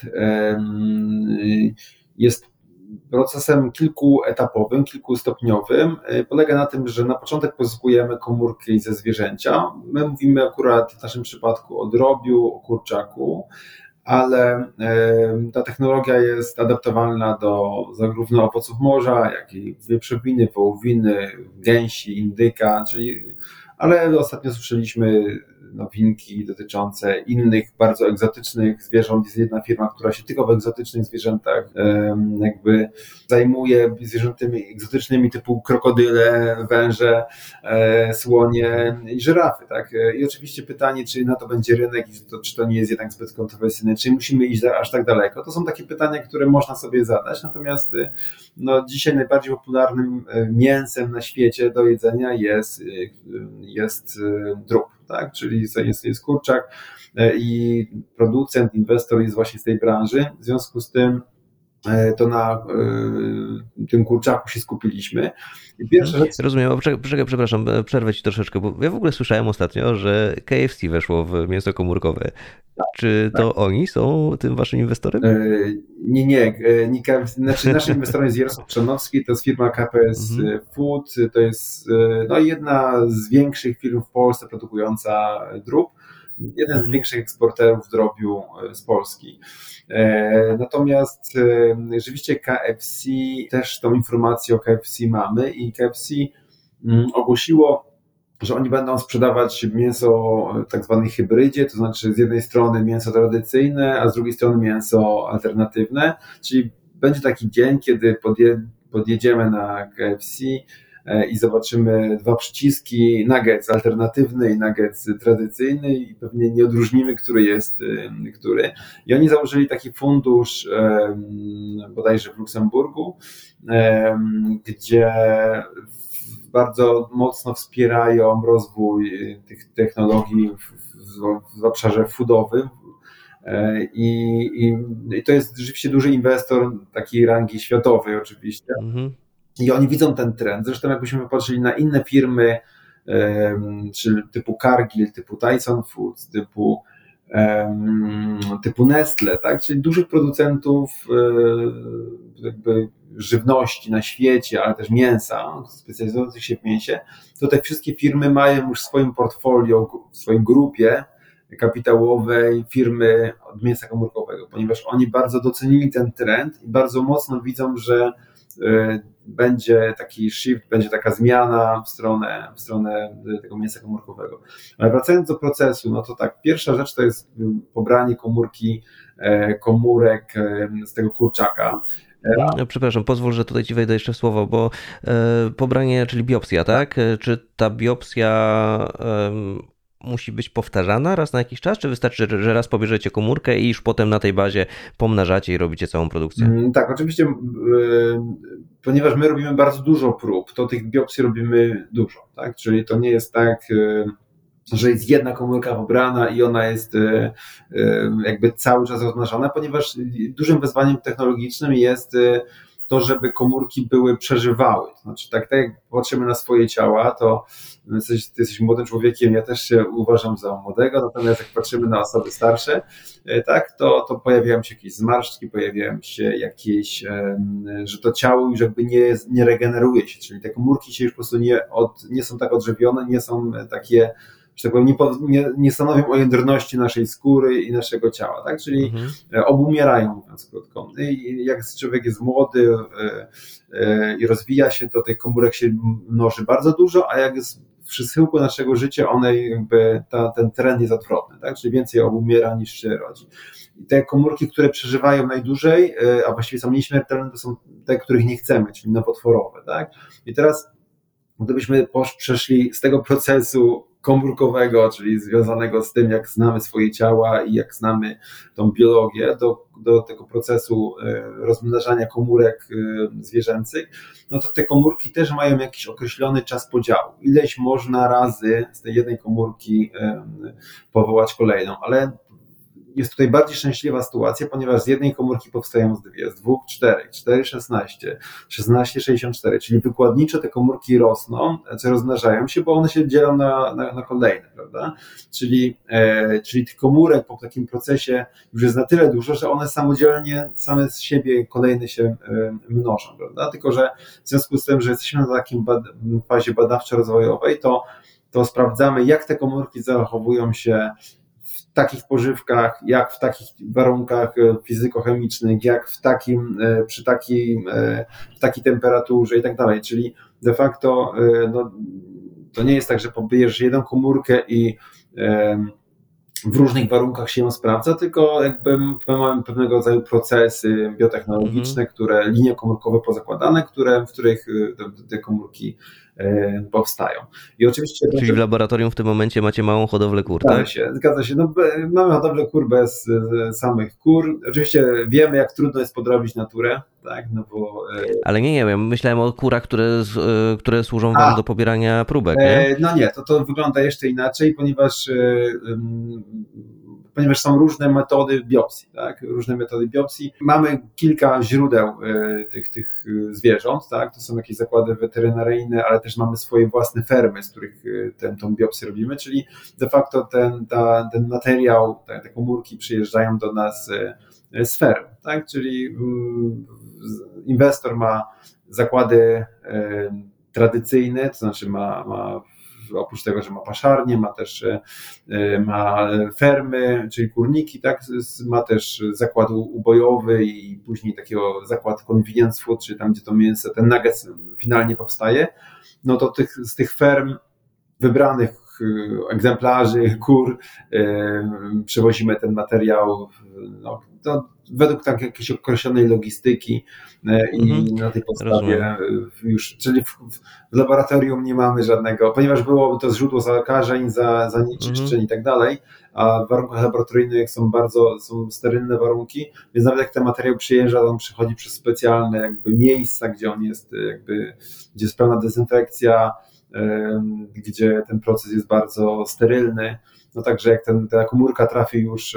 jest procesem kilkuetapowym, kilkustopniowym. Polega na tym, że na początek pozyskujemy komórki ze zwierzęcia. My mówimy akurat w naszym przypadku o drobiu, o kurczaku, ale ta technologia jest adaptowalna do zarówno owoców morza, jak i wieprzowiny, wołowiny, gęsi, indyka, ale ostatnio słyszeliśmy nowinki dotyczące innych bardzo egzotycznych zwierząt. Jest jedna firma, która się tylko w egzotycznych zwierzętach jakby zajmuje, zwierzętami egzotycznymi typu krokodyle, węże, słonie i żyrafy. Tak? I oczywiście pytanie, czy na to będzie rynek i czy to nie jest jednak zbyt kontrowersyjne, czy musimy iść aż tak daleko. To są takie pytania, które można sobie zadać, natomiast dzisiaj najbardziej popularnym mięsem na świecie do jedzenia jest drób. Tak? Czyli jest kurczak i producent, inwestor jest właśnie z tej branży. W związku z tym to na tym kurczaku się skupiliśmy. I pierwsza rzecz... Rozumiem, przepraszam, przerwę Ci troszeczkę, bo ja w ogóle słyszałem ostatnio, że KFC weszło w mięso komórkowe. Czy to oni są tym waszym inwestorem? Nie znaczy naszym inwestorem jest Jarosław Chrzanowski, to jest firma KPS Food, to jest jedna z większych firm w Polsce produkująca drób. jeden z większych eksporterów drobiu z Polski. Natomiast rzeczywiście KFC, też tą informację o KFC mamy i KFC ogłosiło, że oni będą sprzedawać mięso tak zwanej hybrydzie, to znaczy z jednej strony mięso tradycyjne, a z drugiej strony mięso alternatywne, czyli będzie taki dzień, kiedy podjedziemy na KFC i zobaczymy dwa przyciski, nuggets alternatywny i nuggets tradycyjny i pewnie nie odróżnimy, który jest który. I oni założyli taki fundusz bodajże w Luksemburgu, gdzie bardzo mocno wspierają rozwój tych technologii w obszarze foodowym. I to jest rzeczywiście duży inwestor takiej rangi światowej oczywiście. I oni widzą ten trend. Zresztą jakbyśmy popatrzyli na inne firmy, czy typu Cargill, typu Tyson Foods, typu Nestle, tak? Czyli dużych producentów jakby żywności na świecie, ale też mięsa, specjalizujących się w mięsie, to te wszystkie firmy mają już w swoim portfolio, w swojej grupie kapitałowej firmy od mięsa komórkowego, ponieważ oni bardzo docenili ten trend i bardzo mocno widzą, że będzie taki shift, będzie taka zmiana w stronę tego mięsa komórkowego. Ale wracając do procesu, no to tak, pierwsza rzecz to jest pobranie komórek z tego kurczaka. Przepraszam, pozwól, że tutaj ci wejdę jeszcze w słowo, bo pobranie, czyli biopsja, tak? Czy ta biopsja musi być powtarzana raz na jakiś czas, czy wystarczy, że raz pobierzecie komórkę i już potem na tej bazie pomnażacie i robicie całą produkcję? Tak, oczywiście, ponieważ my robimy bardzo dużo prób, to tych biopsji robimy dużo, tak? Czyli to nie jest tak, że jest jedna komórka pobrana i ona jest jakby cały czas rozmnażana, ponieważ dużym wyzwaniem technologicznym jest to, żeby komórki przeżywały. To znaczy, tak jak patrzymy na swoje ciała, to ty jesteś młodym człowiekiem, ja też się uważam za młodego, natomiast jak patrzymy na osoby starsze, tak, to pojawiają się jakieś zmarszczki, pojawiają się jakieś, że to ciało już jakby nie regeneruje się, czyli te komórki się już po prostu nie są tak odżywione, nie są takie, że tak powiem, nie stanowią o jędrności naszej skóry i naszego ciała, tak? Czyli obumierają, mówiąc krótko. I jak człowiek jest młody i rozwija się, to tych komórek się mnoży bardzo dużo, a jak jest w schyłku naszego życia, ten trend jest odwrotny, tak? Czyli więcej obumiera niż się rodzi. I te komórki, które przeżywają najdłużej, a właściwie są nieśmiertelne, to są te, których nie chcemy, czyli nowotworowe, tak? I teraz gdybyśmy przeszli z tego procesu komórkowego, czyli związanego z tym, jak znamy swoje ciała i jak znamy tą biologię, do tego procesu rozmnażania komórek zwierzęcych, no to te komórki też mają jakiś określony czas podziału. Ileś można razy z tej jednej komórki powołać kolejną, ale jest tutaj bardziej szczęśliwa sytuacja, ponieważ z jednej komórki powstają dwie, z dwóch 4, 4 16, 16 64, czyli wykładniczo te komórki rosną, co rozmnażają się, bo one się dzielą na kolejne, prawda? Czyli tych komórek po takim procesie już jest na tyle dużo, że one samodzielnie, same z siebie kolejne się mnożą, prawda? Tylko że w związku z tym, że jesteśmy na takim fazie badawczo-rozwojowej, to sprawdzamy, jak te komórki zachowują się w takich pożywkach, jak w takich warunkach fizykochemicznych, jak przy takiej temperaturze i tak dalej. Czyli de facto to nie jest tak, że pobierzesz jedną komórkę i w różnych warunkach się ją sprawdza, tylko jakby mamy pewnego rodzaju procesy biotechnologiczne, linie komórkowe pozakładane, w których te komórki powstają. I oczywiście, czyli w laboratorium w tym momencie macie małą hodowlę kur, tak? Zgadza się. No, mamy hodowlę kur bez samych kur. Oczywiście wiemy, jak trudno jest podrobić naturę, tak? No bo, ale nie wiem, myślałem o kurach, które służą wam do pobierania próbek, nie? No nie, to wygląda jeszcze inaczej, ponieważ są różne metody biopsji, tak? Różne metody biopsji. Mamy kilka źródeł tych zwierząt, tak? To są jakieś zakłady weterynaryjne, ale też mamy swoje własne fermy, z których tą biopsję robimy, czyli de facto ten materiał, te komórki przyjeżdżają do nas z ferm, tak? Czyli inwestor ma zakłady tradycyjne, to znaczy ma oprócz tego, że ma paszarnię, ma też ma fermy, czyli kurniki, tak, ma też zakład ubojowy i później takiego zakład convenience food, czyli tam, gdzie to mięso, ten nuggets finalnie powstaje, no to z tych ferm wybranych egzemplarzy kur przewozimy ten materiał no, według tak jakiejś określonej logistyki i na tej podstawie już, czyli w laboratorium nie mamy żadnego, ponieważ byłoby to źródło zakażeń, zanieczyszczeń i tak dalej, a w warunkach laboratoryjnych są sterylne warunki, więc nawet jak ten materiał przyjeżdża, on przechodzi przez specjalne jakby miejsca, gdzie on jest jakby, gdzie jest pełna dezynfekcja, gdzie ten proces jest sterylny. No także jak ta komórka trafi już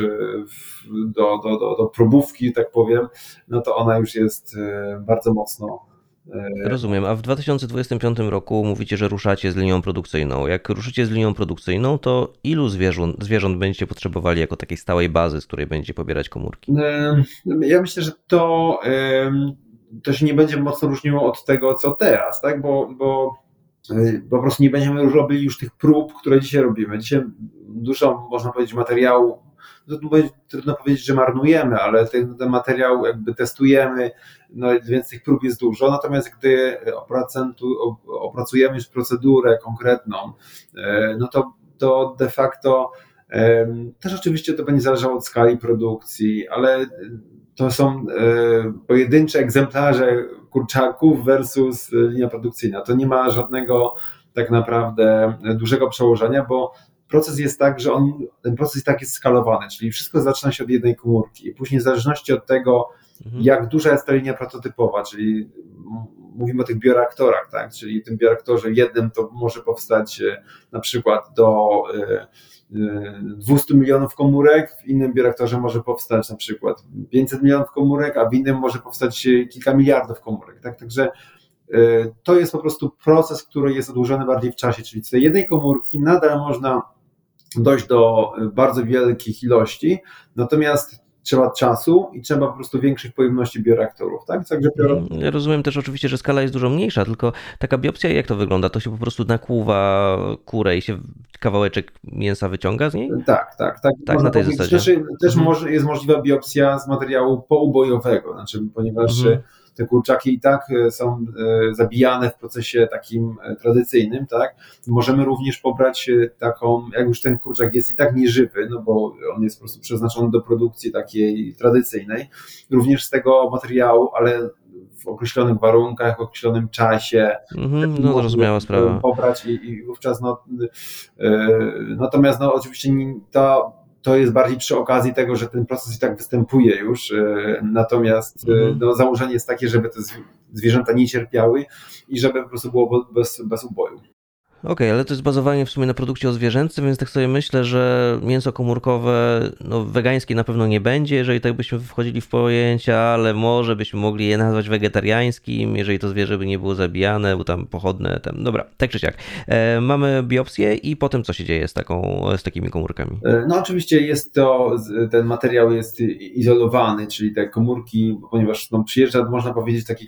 do probówki, tak powiem, no to ona już jest bardzo mocno. Rozumiem, a w 2025 roku mówicie, że ruszacie z linią produkcyjną. Jak ruszycie z linią produkcyjną, to ilu zwierząt będziecie potrzebowali jako takiej stałej bazy, z której będziecie pobierać komórki? Ja myślę, że to się nie będzie mocno różniło od tego, co teraz, tak? Bo po prostu nie będziemy już robili tych prób, które dzisiaj robimy. Dzisiaj dużo, można powiedzieć, materiału, trudno powiedzieć, że marnujemy, ale ten materiał jakby testujemy, no więc tych prób jest dużo, natomiast gdy opracujemy już procedurę konkretną, no to de facto też oczywiście to będzie zależało od skali produkcji, ale to są pojedyncze egzemplarze kurczaków versus linia produkcyjna. To nie ma żadnego tak naprawdę dużego przełożenia, bo proces jest tak, że ten proces i tak jest skalowany, czyli wszystko zaczyna się od jednej komórki i później w zależności od tego, jak duża jest ta linia prototypowa, czyli mówimy o tych bioreaktorach, tak? Czyli w tym bioreaktorze jednym to może powstać na przykład do 200 milionów komórek, w innym bioreaktorze może powstać na przykład 500 milionów komórek, a w innym może powstać kilka miliardów komórek. Tak? Także to jest po prostu proces, który jest odłożony bardziej w czasie, czyli z tej jednej komórki nadal można dojść do bardzo wielkich ilości, natomiast trzeba czasu i trzeba po prostu większych pojemności bioreaktorów. Tak? Także Ja rozumiem też oczywiście, że skala jest dużo mniejsza, tylko taka biopsja, jak to wygląda? To się po prostu nakłuwa kurę i się kawałeczek mięsa wyciąga z niej? Tak. Tak, na tej zasadzie. Też jest możliwa biopsja z materiału poubojowego, ponieważ te kurczaki i tak są zabijane w procesie takim tradycyjnym, tak? Możemy również pobrać taką, jak już ten kurczak jest i tak nieżywy, no bo on jest po prostu przeznaczony do produkcji takiej tradycyjnej, również z tego materiału, ale w określonych warunkach, w określonym czasie. No zrozumiała sprawa. Pobrać i wówczas natomiast oczywiście to jest bardziej przy okazji tego, że ten proces i tak występuje już, natomiast założenie jest takie, żeby te zwierzęta nie cierpiały i żeby po prostu było bez uboju. Okej, ale to jest bazowanie w sumie na produkcie odzwierzęcym, więc tak sobie myślę, że mięso komórkowe, wegańskie na pewno nie będzie, jeżeli tak byśmy wchodzili w pojęcia, ale może byśmy mogli je nazwać wegetariańskim, jeżeli to zwierzę by nie było zabijane, bo tam pochodne, dobra, tak czy siak. Mamy biopsję i potem co się dzieje z takimi komórkami? No oczywiście ten materiał jest izolowany, czyli te komórki, ponieważ przyjeżdża, można powiedzieć, taki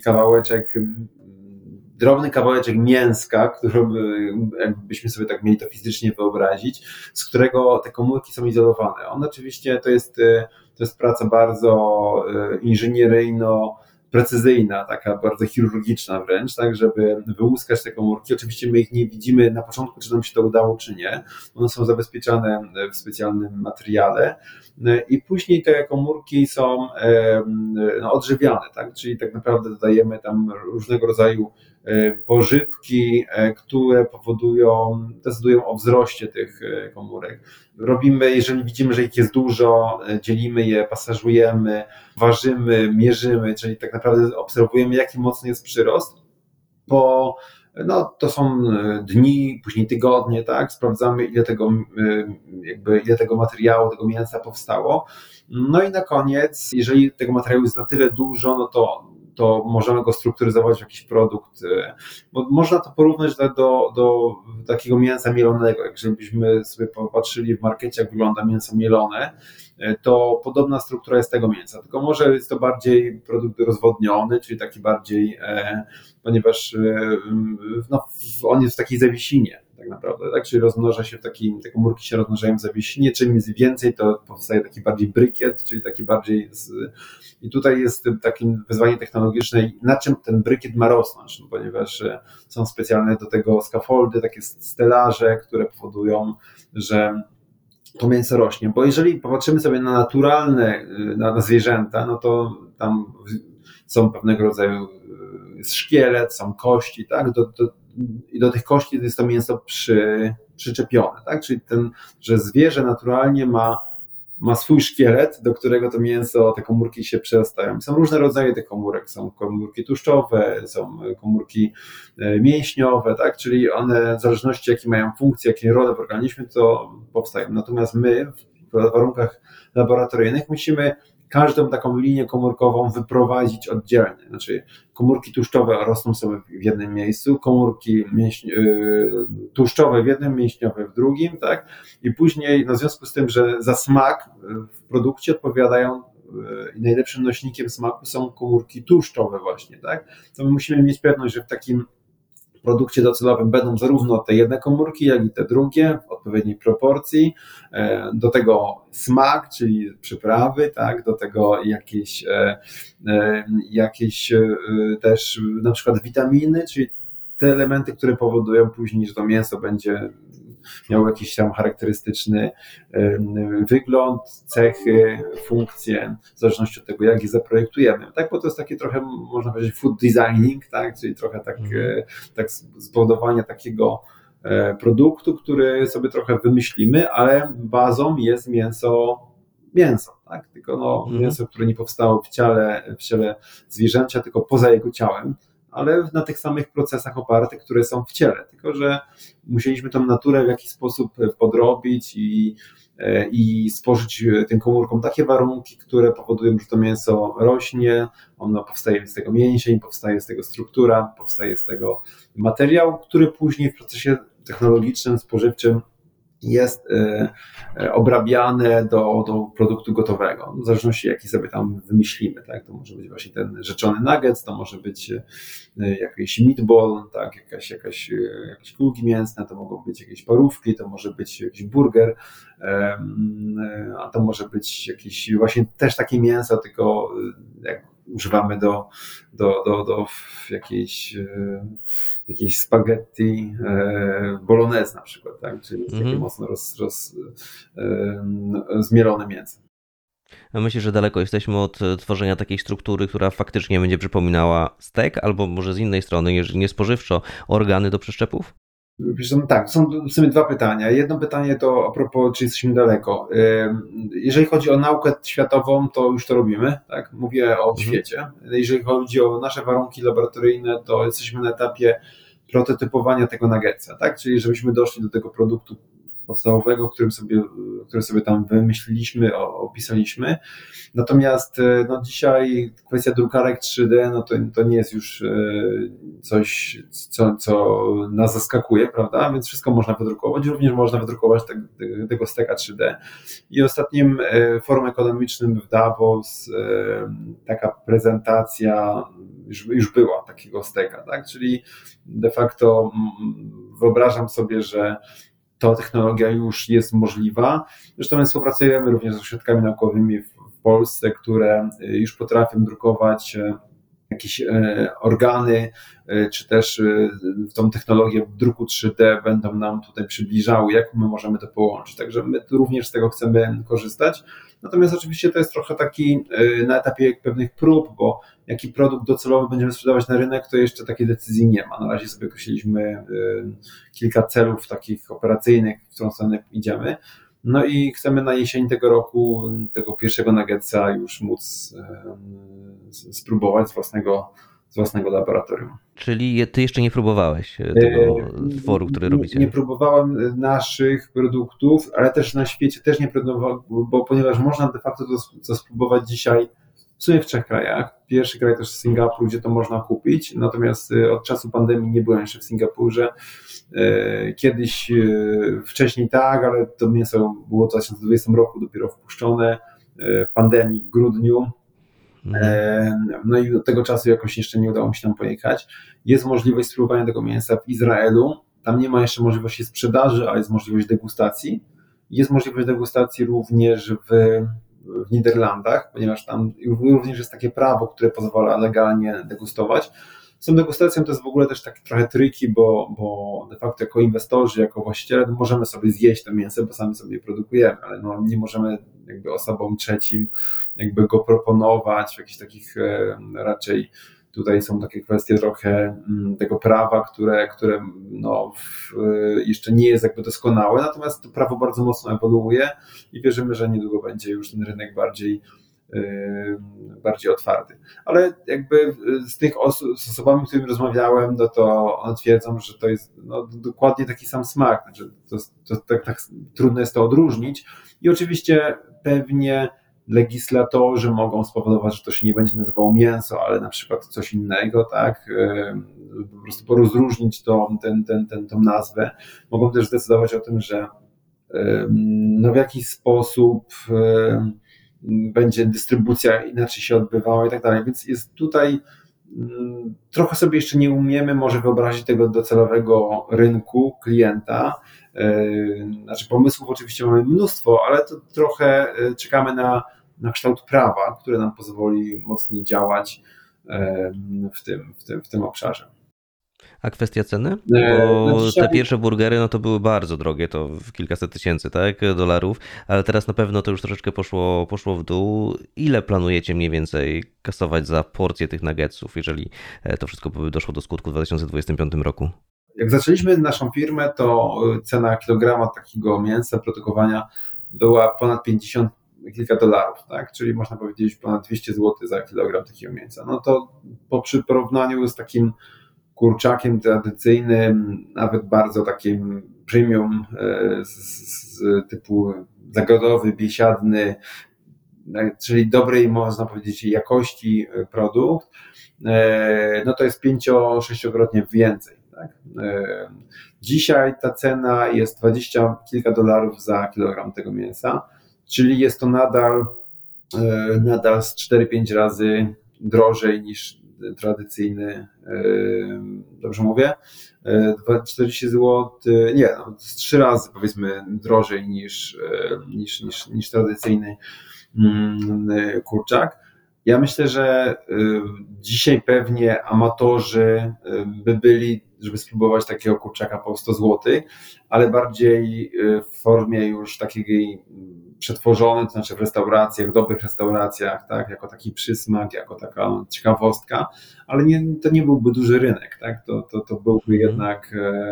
drobny kawałeczek mięska, który jakbyśmy sobie tak mieli to fizycznie wyobrazić, z którego te komórki są izolowane. Oczywiście to jest praca bardzo inżynieryjno-precyzyjna, taka bardzo chirurgiczna wręcz, tak, żeby wyłuskać te komórki. Oczywiście my ich nie widzimy na początku, czy nam się to udało, czy nie. One są zabezpieczane w specjalnym materiale i później te komórki są odżywiane, tak, czyli tak naprawdę dodajemy tam różnego rodzaju pożywki, które decydują o wzroście tych komórek. Jeżeli widzimy, że ich jest dużo, dzielimy je, pasażujemy, ważymy, mierzymy, czyli tak naprawdę obserwujemy, jaki mocny jest przyrost, bo to są dni, później tygodnie, tak? Sprawdzamy, ile tego materiału, tego mięsa powstało. No i na koniec, jeżeli tego materiału jest na tyle dużo, to możemy go strukturyzować w jakiś produkt, bo można to porównać do takiego mięsa mielonego. Jeżeli byśmy sobie popatrzyli w markecie, jak wygląda mięso mielone, to podobna struktura jest tego mięsa, tylko może jest to bardziej produkt rozwodniony, czyli taki bardziej, ponieważ on jest w takiej zawiesinie tak naprawdę. naprawdę, tak? Czyli rozmnaża się te komórki się rozmnażają w zawiesinie, czym jest więcej, to powstaje taki bardziej brykiet, czyli taki bardziej i tutaj jest takim wyzwanie technologiczne, na czym ten brykiet ma rosnąć, no, ponieważ są specjalne do tego scaffoldy, takie stelaże, które powodują, że to mięso rośnie, bo jeżeli popatrzymy sobie na naturalne, na zwierzęta, no to tam są pewnego rodzaju szkielet, są kości, tak? I do tych kości jest to mięso przyczepione, tak? Czyli że zwierzę naturalnie ma swój szkielet, do którego to mięso, te komórki się przerastają. Są różne rodzaje tych komórek, są komórki tłuszczowe, są komórki mięśniowe, tak? Czyli one w zależności jakie mają funkcje, jakie role w organizmie, to powstają. Natomiast my w warunkach laboratoryjnych musimy każdą taką linię komórkową wyprowadzić oddzielnie. Znaczy komórki tłuszczowe rosną sobie w jednym miejscu, komórki tłuszczowe w jednym, mięśniowe w drugim, tak? I później, no w związku z tym, że za smak w produkcie odpowiadają i najlepszym nośnikiem smaku są komórki tłuszczowe właśnie, tak? To my musimy mieć pewność, że w takim produkcie docelowym będą zarówno te jedne komórki, jak i te drugie w odpowiedniej proporcji. Do tego smak, czyli przyprawy, tak? Do tego jakieś też na przykład witaminy, czyli te elementy, które powodują później, że to mięso będzie miało jakiś tam charakterystyczny wygląd, cechy, funkcje, w zależności od tego, jak je zaprojektujemy. Tak, bo to jest takie trochę, można powiedzieć, food designing, tak, czyli trochę tak zbudowanie takiego produktu, który sobie trochę wymyślimy, ale bazą jest mięso, tak? Tylko mięso, które nie powstało w ciele zwierzęcia, tylko poza jego ciałem, ale na tych samych procesach opartych, które są w ciele. Tylko że musieliśmy tą naturę w jakiś sposób podrobić i stworzyć tym komórkom takie warunki, które powodują, że to mięso rośnie, ono powstaje z tego mięsień, powstaje z tego struktura, powstaje z tego materiał, który później w procesie technologicznym, spożywczym jest obrabiane do produktu gotowego, w zależności jaki sobie tam wymyślimy, tak? To może być właśnie ten rzeczony nuggets, to może być jakiś meatball, tak? Jakieś kulki mięsne, to mogą być jakieś parówki, to może być jakiś burger, a to może być jakieś właśnie też takie mięso, tylko jak używamy do jakiejś spaghetti bolognese na przykład, tak? Czyli takie mocno zmielone mięso. A myślę, że daleko jesteśmy od tworzenia takiej struktury, która faktycznie będzie przypominała stek, albo może z innej strony, jeżeli nie spożywczo, organy do przeszczepów? Tak, są w sumie dwa pytania. Jedno pytanie to a propos, czy jesteśmy daleko. Jeżeli chodzi o naukę światową, to już to robimy, tak? Mówię o świecie. Jeżeli chodzi o nasze warunki laboratoryjne, to jesteśmy na etapie prototypowania tego nuggetsa, tak? Czyli żebyśmy doszli do tego produktu podstawowego, który sobie tam wymyśliliśmy, opisaliśmy. Natomiast dzisiaj kwestia drukarek 3D, to nie jest już coś, co nas zaskakuje, prawda? Więc wszystko można wydrukować. Również można wydrukować tego steka 3D. I ostatnim forum ekonomicznym w Davos taka prezentacja już była takiego steka, tak? Czyli de facto wyobrażam sobie, że ta technologia już jest możliwa. Zresztą my współpracujemy również z ośrodkami naukowymi w Polsce, które już potrafią drukować jakieś organy, czy też tą technologię druku 3D będą nam tutaj przybliżały, jak my możemy to połączyć. Także my tu również z tego chcemy korzystać. Natomiast oczywiście to jest trochę taki na etapie pewnych prób, bo jaki produkt docelowy będziemy sprzedawać na rynek, to jeszcze takiej decyzji nie ma. Na razie sobie określiliśmy kilka celów takich operacyjnych, w którą stronę idziemy. No i chcemy na jesień tego roku tego pierwszego nuggetsa już móc spróbować z własnego laboratorium. Czyli ty jeszcze nie próbowałeś tego tworu, który robicie? Nie próbowałem naszych produktów, ale też na świecie też nie próbowałem, ponieważ można de facto to spróbować dzisiaj w sumie w 3 krajach. Pierwszy kraj to jest Singapur, gdzie to można kupić, natomiast od czasu pandemii nie byłem jeszcze w Singapurze. Kiedyś wcześniej tak, ale to mięso było w 2020 roku dopiero wpuszczone w pandemii w grudniu. No i do tego czasu jakoś jeszcze nie udało mi się tam pojechać. Jest możliwość spróbowania tego mięsa w Izraelu, tam nie ma jeszcze możliwości sprzedaży, ale jest możliwość degustacji. Jest możliwość degustacji również w Niderlandach, ponieważ tam również jest takie prawo, które pozwala legalnie degustować. Z tą degustacją to jest w ogóle też tak trochę tricky, bo de facto jako inwestorzy, jako właściciele możemy sobie zjeść to mięso, bo sami sobie je produkujemy, ale no nie możemy jakby osobom trzecim jakby go proponować w jakichś takich raczej tutaj są takie kwestie trochę tego prawa, które no, jeszcze nie jest jakby doskonałe, natomiast to prawo bardzo mocno ewoluuje i wierzymy, że niedługo będzie już ten rynek bardziej otwarty. Ale jakby z tych osób, z osobami, z którymi rozmawiałem, no to one twierdzą, że to jest no, dokładnie taki sam smak, znaczy tak trudno jest to odróżnić i oczywiście pewnie legislatorzy mogą spowodować, że to się nie będzie nazywało mięso, ale na przykład coś innego, tak? Po prostu rozróżnić tą nazwę. Mogą też zdecydować o tym, że no w jakiś sposób będzie dystrybucja inaczej się odbywała i tak dalej. Więc jest tutaj trochę sobie jeszcze nie umiemy może wyobrazić tego docelowego rynku klienta. Znaczy pomysłów oczywiście mamy mnóstwo, ale to trochę czekamy na kształt prawa, które nam pozwoli mocniej działać w tym obszarze. A kwestia ceny? No Bo dzisiaj te pierwsze burgery no to były bardzo drogie, to w kilkaset tysięcy, tak, dolarów, ale teraz na pewno to już troszeczkę poszło w dół. Ile planujecie mniej więcej kasować za porcję tych nuggetsów, jeżeli to wszystko by doszło do skutku w 2025 roku? Jak zaczęliśmy naszą firmę, to cena kilograma takiego mięsa, produkowania była ponad 50 kilka dolarów, tak? Czyli można powiedzieć ponad 200 zł za kilogram takiego mięsa. No to przy porównaniu z takim kurczakiem tradycyjnym, nawet bardzo takim premium z typu zagrodowy, biesiadny, czyli dobrej, można powiedzieć, jakości produkt, no to jest 5-6-krotnie więcej. Tak? Dzisiaj ta cena jest 20 kilka dolarów za kilogram tego mięsa, czyli jest to nadal z 4-5 razy drożej niż tradycyjny, dobrze mówię, 40 zł, nie, no, z 3 razy powiedzmy drożej niż tradycyjny kurczak. Ja myślę, że dzisiaj pewnie amatorzy by byli, żeby spróbować takiego kurczaka po 100 zł, ale bardziej w formie już takiej przetworzony, to znaczy w restauracjach, w dobrych restauracjach, tak, jako taki przysmak, jako taka ciekawostka, ale to nie byłby duży rynek, tak, to byłby jednak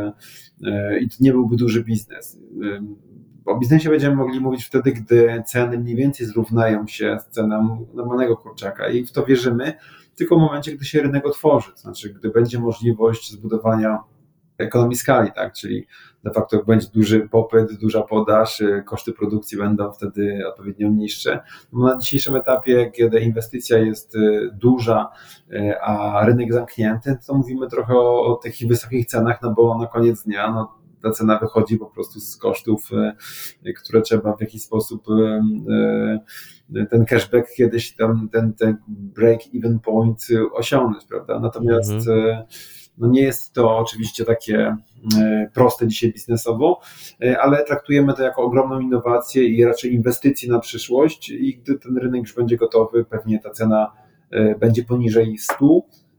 i to nie byłby duży biznes. O biznesie będziemy mogli mówić wtedy, gdy ceny mniej więcej zrównają się z ceną normalnego kurczaka i w to wierzymy, tylko w momencie, gdy się rynek otworzy, to znaczy gdy będzie możliwość zbudowania ekonomii skali, tak, czyli de facto jak będzie duży popyt, duża podaż, koszty produkcji będą wtedy odpowiednio niższe. No na dzisiejszym etapie, kiedy inwestycja jest duża, a rynek zamknięty, to mówimy trochę o takich wysokich cenach, no bo na koniec dnia no, ta cena wychodzi po prostu z kosztów, które trzeba w jakiś sposób ten cashback kiedyś ten break-even point osiągnąć, prawda? Natomiast no nie jest to oczywiście takie proste dzisiaj biznesowo, ale traktujemy to jako ogromną innowację i raczej inwestycję na przyszłość i gdy ten rynek już będzie gotowy, pewnie ta cena będzie poniżej 100,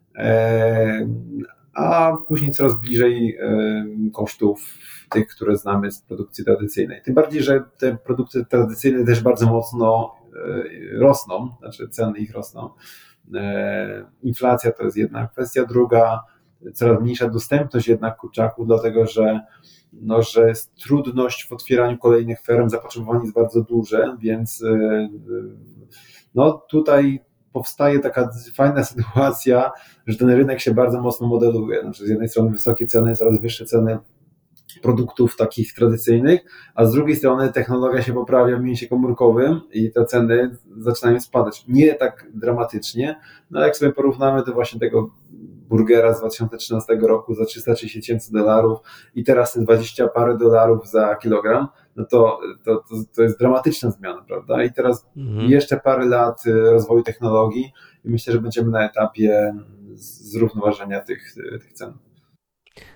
a później coraz bliżej kosztów tych, które znamy z produkcji tradycyjnej. Tym bardziej, że te produkty tradycyjne też bardzo mocno rosną, znaczy ceny ich rosną. Inflacja to jest jedna kwestia, druga, coraz mniejsza dostępność jednak kurczaków, dlatego że jest trudność w otwieraniu kolejnych ferm, zapotrzebowanie jest bardzo duże, więc no tutaj powstaje taka fajna sytuacja, że ten rynek się bardzo mocno modeluje. Znaczy z jednej strony wysokie ceny, coraz wyższe ceny produktów takich tradycyjnych, a z drugiej strony technologia się poprawia w mięsie komórkowym i te ceny zaczynają spadać. Nie tak dramatycznie, no ale jak sobie porównamy to właśnie tego burgera z 2013 roku za 330 tysięcy dolarów i teraz te 20 parę dolarów za kilogram, no to jest dramatyczna zmiana, prawda? I teraz jeszcze parę lat rozwoju technologii i myślę, że będziemy na etapie zrównoważenia tych cen.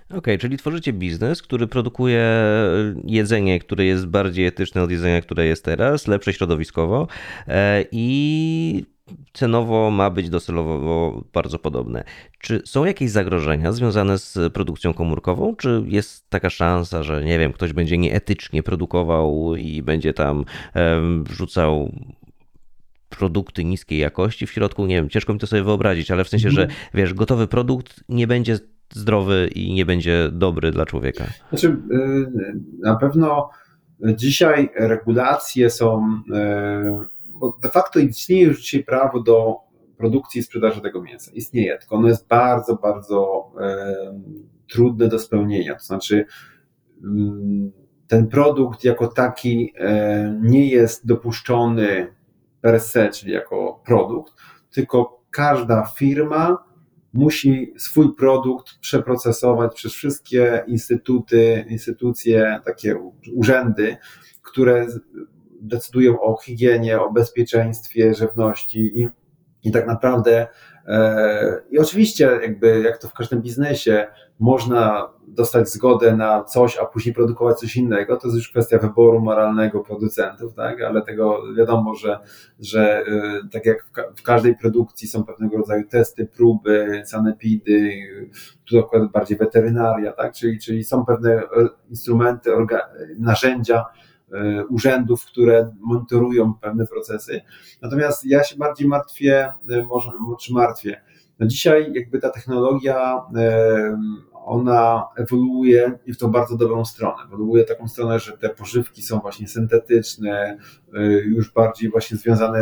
Okej, czyli tworzycie biznes, który produkuje jedzenie, które jest bardziej etyczne od jedzenia, które jest teraz, lepsze środowiskowo i cenowo ma być docelowo bardzo podobne. Czy są jakieś zagrożenia związane z produkcją komórkową? Czy jest taka szansa, że nie wiem, ktoś będzie nieetycznie produkował i będzie tam wrzucał produkty niskiej jakości w środku? Nie wiem, ciężko mi to sobie wyobrazić, ale w sensie, że wiesz, gotowy produkt nie będzie zdrowy i nie będzie dobry dla człowieka. Znaczy, na pewno dzisiaj regulacje są, bo de facto istnieje już dzisiaj prawo do produkcji i sprzedaży tego mięsa. Istnieje, tylko ono jest bardzo, bardzo trudne do spełnienia. To znaczy, ten produkt jako taki nie jest dopuszczony per se, czyli jako produkt, tylko każda firma musi swój produkt przeprocesować przez wszystkie instytucje, takie urzędy, które decydują o higienie, o bezpieczeństwie żywności i tak naprawdę i oczywiście jakby jak to w każdym biznesie można dostać zgodę na coś, a później produkować coś innego, to jest już kwestia wyboru moralnego producentów, tak? Ale tego wiadomo, że tak jak w każdej produkcji są pewnego rodzaju testy, próby, sanepidy, tu akurat bardziej weterynaria, tak? Czyli są pewne instrumenty, narzędzia urzędów, które monitorują pewne procesy. Natomiast ja się bardziej martwię. No dzisiaj jakby ta technologia, ona ewoluuje i w tą bardzo dobrą stronę. Ewoluuje taką stronę, że te pożywki są właśnie syntetyczne, już bardziej właśnie związane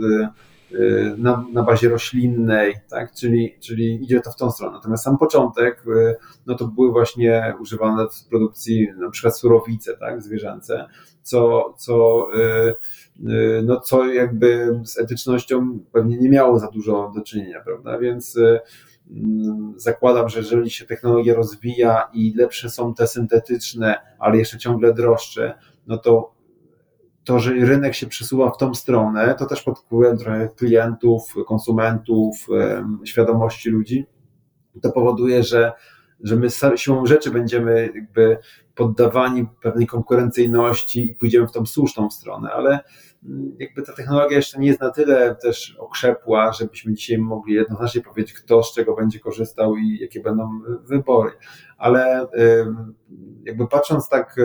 na bazie roślinnej, tak? Czyli idzie to w tą stronę. Natomiast sam początek, no to były właśnie używane w produkcji na przykład surowice, tak? Zwierzęce, co jakby z etycznością pewnie nie miało za dużo do czynienia, prawda? Więc zakładam, że jeżeli się technologia rozwija i lepsze są te syntetyczne, ale jeszcze ciągle droższe, no to, że rynek się przesuwa w tą stronę, to też pod wpływem trochę klientów, konsumentów, świadomości ludzi, to powoduje, że my siłą rzeczy będziemy jakby poddawani pewnej konkurencyjności i pójdziemy w tą słuszną stronę, ale jakby ta technologia jeszcze nie jest na tyle też okrzepła, żebyśmy dzisiaj mogli jednoznacznie powiedzieć, kto z czego będzie korzystał i jakie będą wybory. Ale jakby patrząc tak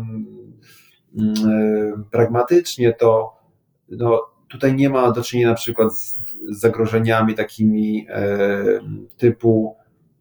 pragmatycznie, to no, tutaj nie ma do czynienia na przykład z zagrożeniami takimi typu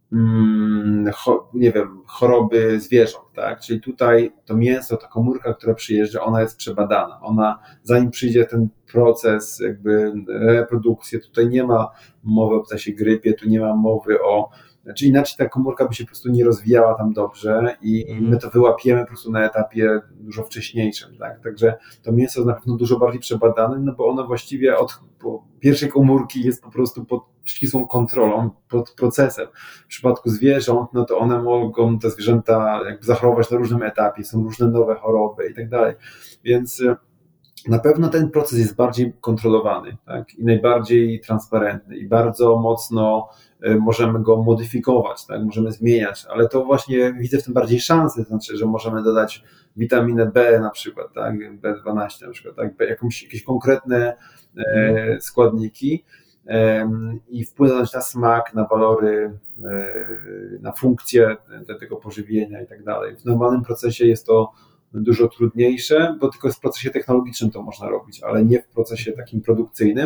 nie wiem, choroby zwierząt, tak? Czyli tutaj to mięso, ta komórka, która przyjeżdża, ona jest przebadana. Ona, zanim przyjdzie ten proces jakby reprodukcji, tutaj nie ma mowy o ptasie grypie, tu nie ma mowy o, czy inaczej ta komórka by się po prostu nie rozwijała tam dobrze i my to wyłapiemy po prostu na etapie dużo wcześniejszym, tak? Także to mięso jest na pewno dużo bardziej przebadane, no bo ono właściwie od pierwszej komórki jest po prostu pod ścisłą kontrolą, pod procesem. W przypadku zwierząt, no to one mogą, te zwierzęta jakby zachorować na różnym etapie, są różne nowe choroby i tak dalej, więc na pewno ten proces jest bardziej kontrolowany, tak? I najbardziej transparentny i bardzo mocno możemy go modyfikować, tak? Możemy zmieniać, ale to właśnie widzę w tym bardziej szansę, to znaczy, że możemy dodać witaminę B na przykład, tak? B12 na przykład, tak? Jakieś konkretne składniki i wpłynąć na smak, na walory, na funkcję tego pożywienia i tak dalej. W normalnym procesie jest to dużo trudniejsze, bo tylko w procesie technologicznym to można robić, ale nie w procesie takim produkcyjnym.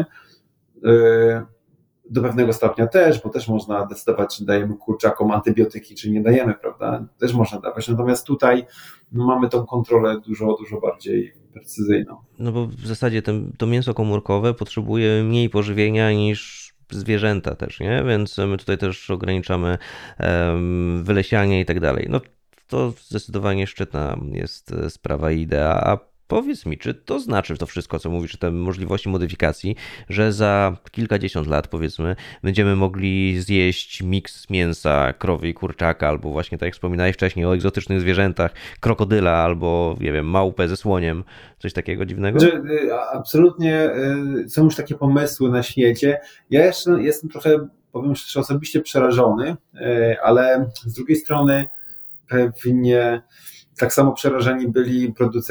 Do pewnego stopnia też, bo też można decydować, czy dajemy kurczakom antybiotyki, czy nie dajemy, prawda? Też można dawać. Natomiast tutaj mamy tą kontrolę dużo, dużo bardziej precyzyjną. No bo w zasadzie to mięso komórkowe potrzebuje mniej pożywienia niż zwierzęta też, nie? Więc my tutaj też ograniczamy wylesianie i tak dalej. No to zdecydowanie szczytna jest sprawa i idea. A powiedz mi, czy to znaczy to wszystko, co mówisz, te możliwości modyfikacji, że za kilkadziesiąt lat, powiedzmy, będziemy mogli zjeść miks mięsa krowy i kurczaka, albo właśnie tak jak wspominałeś wcześniej o egzotycznych zwierzętach, krokodyla, albo nie wiem, małpę ze słoniem, coś takiego dziwnego? Absolutnie są już takie pomysły na świecie. Ja jeszcze jestem trochę, powiem szczerze, osobiście przerażony, ale z drugiej strony pewnie tak samo przerażeni byli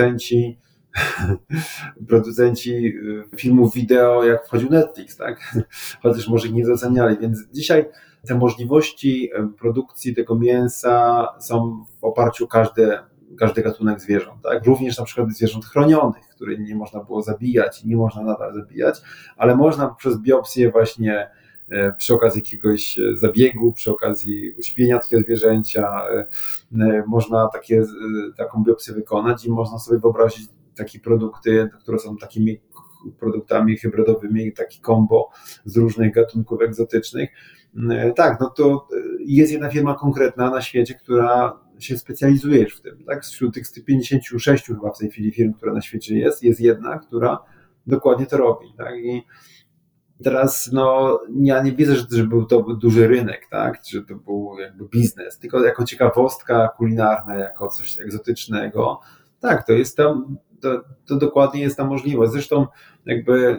producenci filmów wideo, jak wchodził Netflix, tak? Chociaż może ich nie doceniali, więc dzisiaj te możliwości produkcji tego mięsa są w oparciu o każdy gatunek zwierząt, tak? Również na przykład zwierząt chronionych, które nie można było zabijać i nie można nadal zabijać, ale można przez biopsję właśnie przy okazji jakiegoś zabiegu, przy okazji uśpienia takiego zwierzęcia, można taką biopsję wykonać i można sobie wyobrazić takie produkty, które są takimi produktami hybrydowymi, taki kombo z różnych gatunków egzotycznych. Tak, no to jest jedna firma konkretna na świecie, która się specjalizuje w tym. Tak? Wśród tych 156 chyba w tej chwili firm, które na świecie jest jedna, która dokładnie to robi. Tak? I teraz ja nie widzę, że był to duży rynek, tak? Że to był jakby biznes, tylko jako ciekawostka kulinarna, jako coś egzotycznego. Tak, to jest tam, to dokładnie jest ta możliwość. Zresztą jakby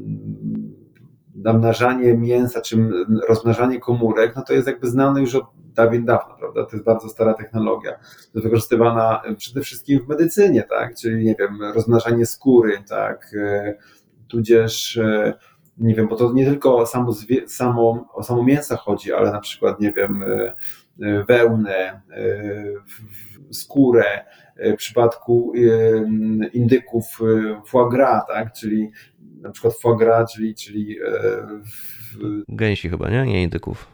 namnażanie mięsa, czy rozmnażanie komórek, to jest jakby znane już od dawna, prawda? To jest bardzo stara technologia. To jest wykorzystywana przede wszystkim w medycynie, tak? Czyli nie wiem, rozmnażanie skóry, tak? Tudzież nie wiem, bo to nie tylko o samo mięso chodzi, ale na przykład, nie wiem, wełnę, skórę, w przypadku indyków foie gras, tak? Czyli na przykład foie gras, czyli Gęsi chyba, nie? Nie indyków.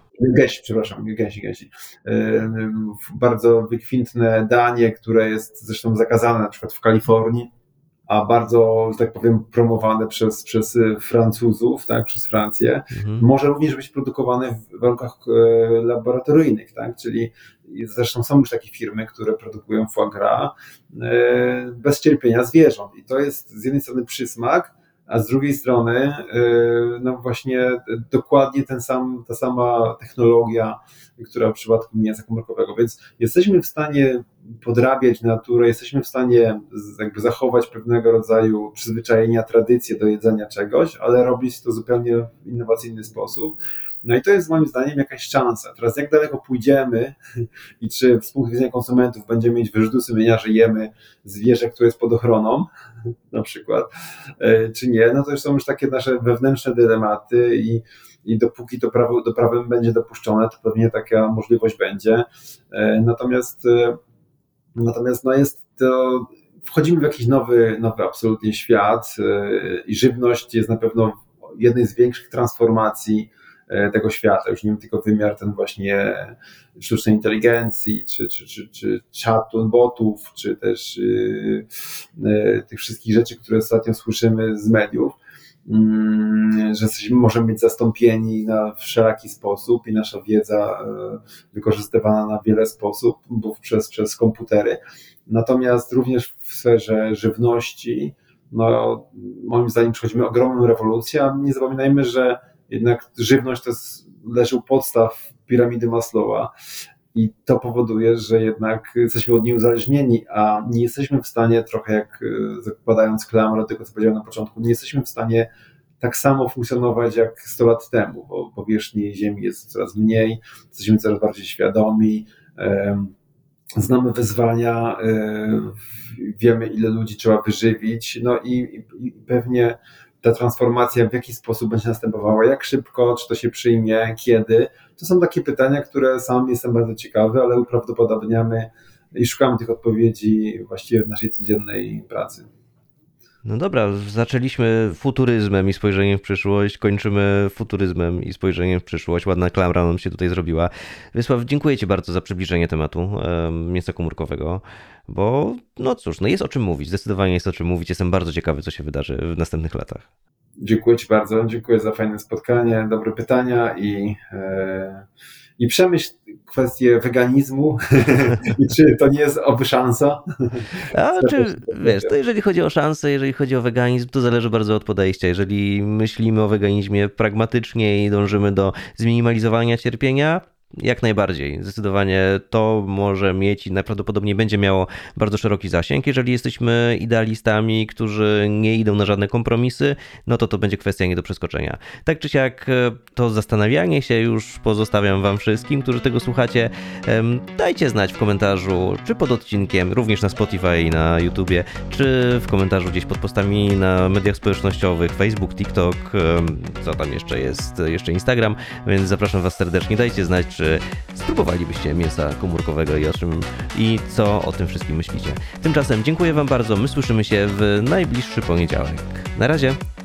Gęsi. Bardzo wykwintne danie, które jest zresztą zakazane na przykład w Kalifornii, a bardzo, że tak powiem, promowane przez Francuzów, tak, przez Francję, może również być produkowane w warunkach laboratoryjnych, tak, czyli zresztą są już takie firmy, które produkują foie gras bez cierpienia zwierząt i to jest z jednej strony przysmak, a z drugiej strony właśnie dokładnie ta sama technologia, która w przypadku mięsa komórkowego, więc jesteśmy w stanie podrabiać naturę, jesteśmy w stanie jakby zachować pewnego rodzaju przyzwyczajenia, tradycje do jedzenia czegoś, ale robić to zupełnie w innowacyjny sposób. No i to jest moim zdaniem jakaś szansa. Teraz jak daleko pójdziemy i czy z punktu widzenia konsumentów będziemy mieć wyrzuty sumienia, że jemy zwierzę, które jest pod ochroną, na przykład, czy nie, to już są już takie nasze wewnętrzne dylematy i dopóki to prawem będzie dopuszczone, to pewnie taka możliwość będzie. Natomiast jest to, wchodzimy w jakiś nowy absolutnie świat i żywność jest na pewno jednej z większych transformacji tego świata. Już nie wiem, tylko wymiar ten właśnie sztucznej inteligencji, czy czatu botów, czy też tych wszystkich rzeczy, które ostatnio słyszymy z mediów, że możemy być zastąpieni na wszelaki sposób i nasza wiedza wykorzystywana na wiele sposobów przez komputery. Natomiast również w sferze żywności, moim zdaniem przechodzimy ogromną rewolucję, a nie zapominajmy, że jednak żywność leży u podstaw piramidy Maslowa i to powoduje, że jednak jesteśmy od niej uzależnieni, a nie jesteśmy w stanie, trochę jak zakładając klamrę do tego, co powiedziałem na początku, nie jesteśmy w stanie tak samo funkcjonować jak 100 lat temu, bo powierzchni Ziemi jest coraz mniej, jesteśmy coraz bardziej świadomi, znamy wyzwania, wiemy, ile ludzi trzeba wyżywić, i pewnie ta transformacja w jaki sposób będzie następowała, jak szybko, czy to się przyjmie, kiedy. To są takie pytania, które sam jestem bardzo ciekawy, ale uprawdopodobniamy i szukamy tych odpowiedzi właściwie w naszej codziennej pracy. No dobra, zaczęliśmy futuryzmem i spojrzeniem w przyszłość, kończymy futuryzmem i spojrzeniem w przyszłość. Ładna klamra nam się tutaj zrobiła. Wiesław, dziękuję Ci bardzo za przybliżenie tematu mięsa komórkowego, bo jest o czym mówić, zdecydowanie jest o czym mówić. Jestem bardzo ciekawy, co się wydarzy w następnych latach. Dziękuję Ci bardzo, dziękuję za fajne spotkanie, dobre pytania i przemyśl kwestię weganizmu i czy to nie jest oby szansa. To jeżeli chodzi o szansę, jeżeli chodzi o weganizm, to zależy bardzo od podejścia. Jeżeli myślimy o weganizmie pragmatycznie i dążymy do zminimalizowania cierpienia, jak najbardziej. Zdecydowanie to może mieć i najprawdopodobniej będzie miało bardzo szeroki zasięg. Jeżeli jesteśmy idealistami, którzy nie idą na żadne kompromisy, no to będzie kwestia nie do przeskoczenia. Tak czy siak to zastanawianie się już pozostawiam wam wszystkim, którzy tego słuchacie. Dajcie znać w komentarzu, czy pod odcinkiem, również na Spotify i na YouTubie, czy w komentarzu gdzieś pod postami na mediach społecznościowych, Facebook, TikTok, co tam jeszcze jest, jeszcze Instagram, więc zapraszam was serdecznie. Dajcie znać, czy spróbowalibyście mięsa komórkowego i co o tym wszystkim myślicie. Tymczasem dziękuję wam bardzo, my słyszymy się w najbliższy poniedziałek. Na razie!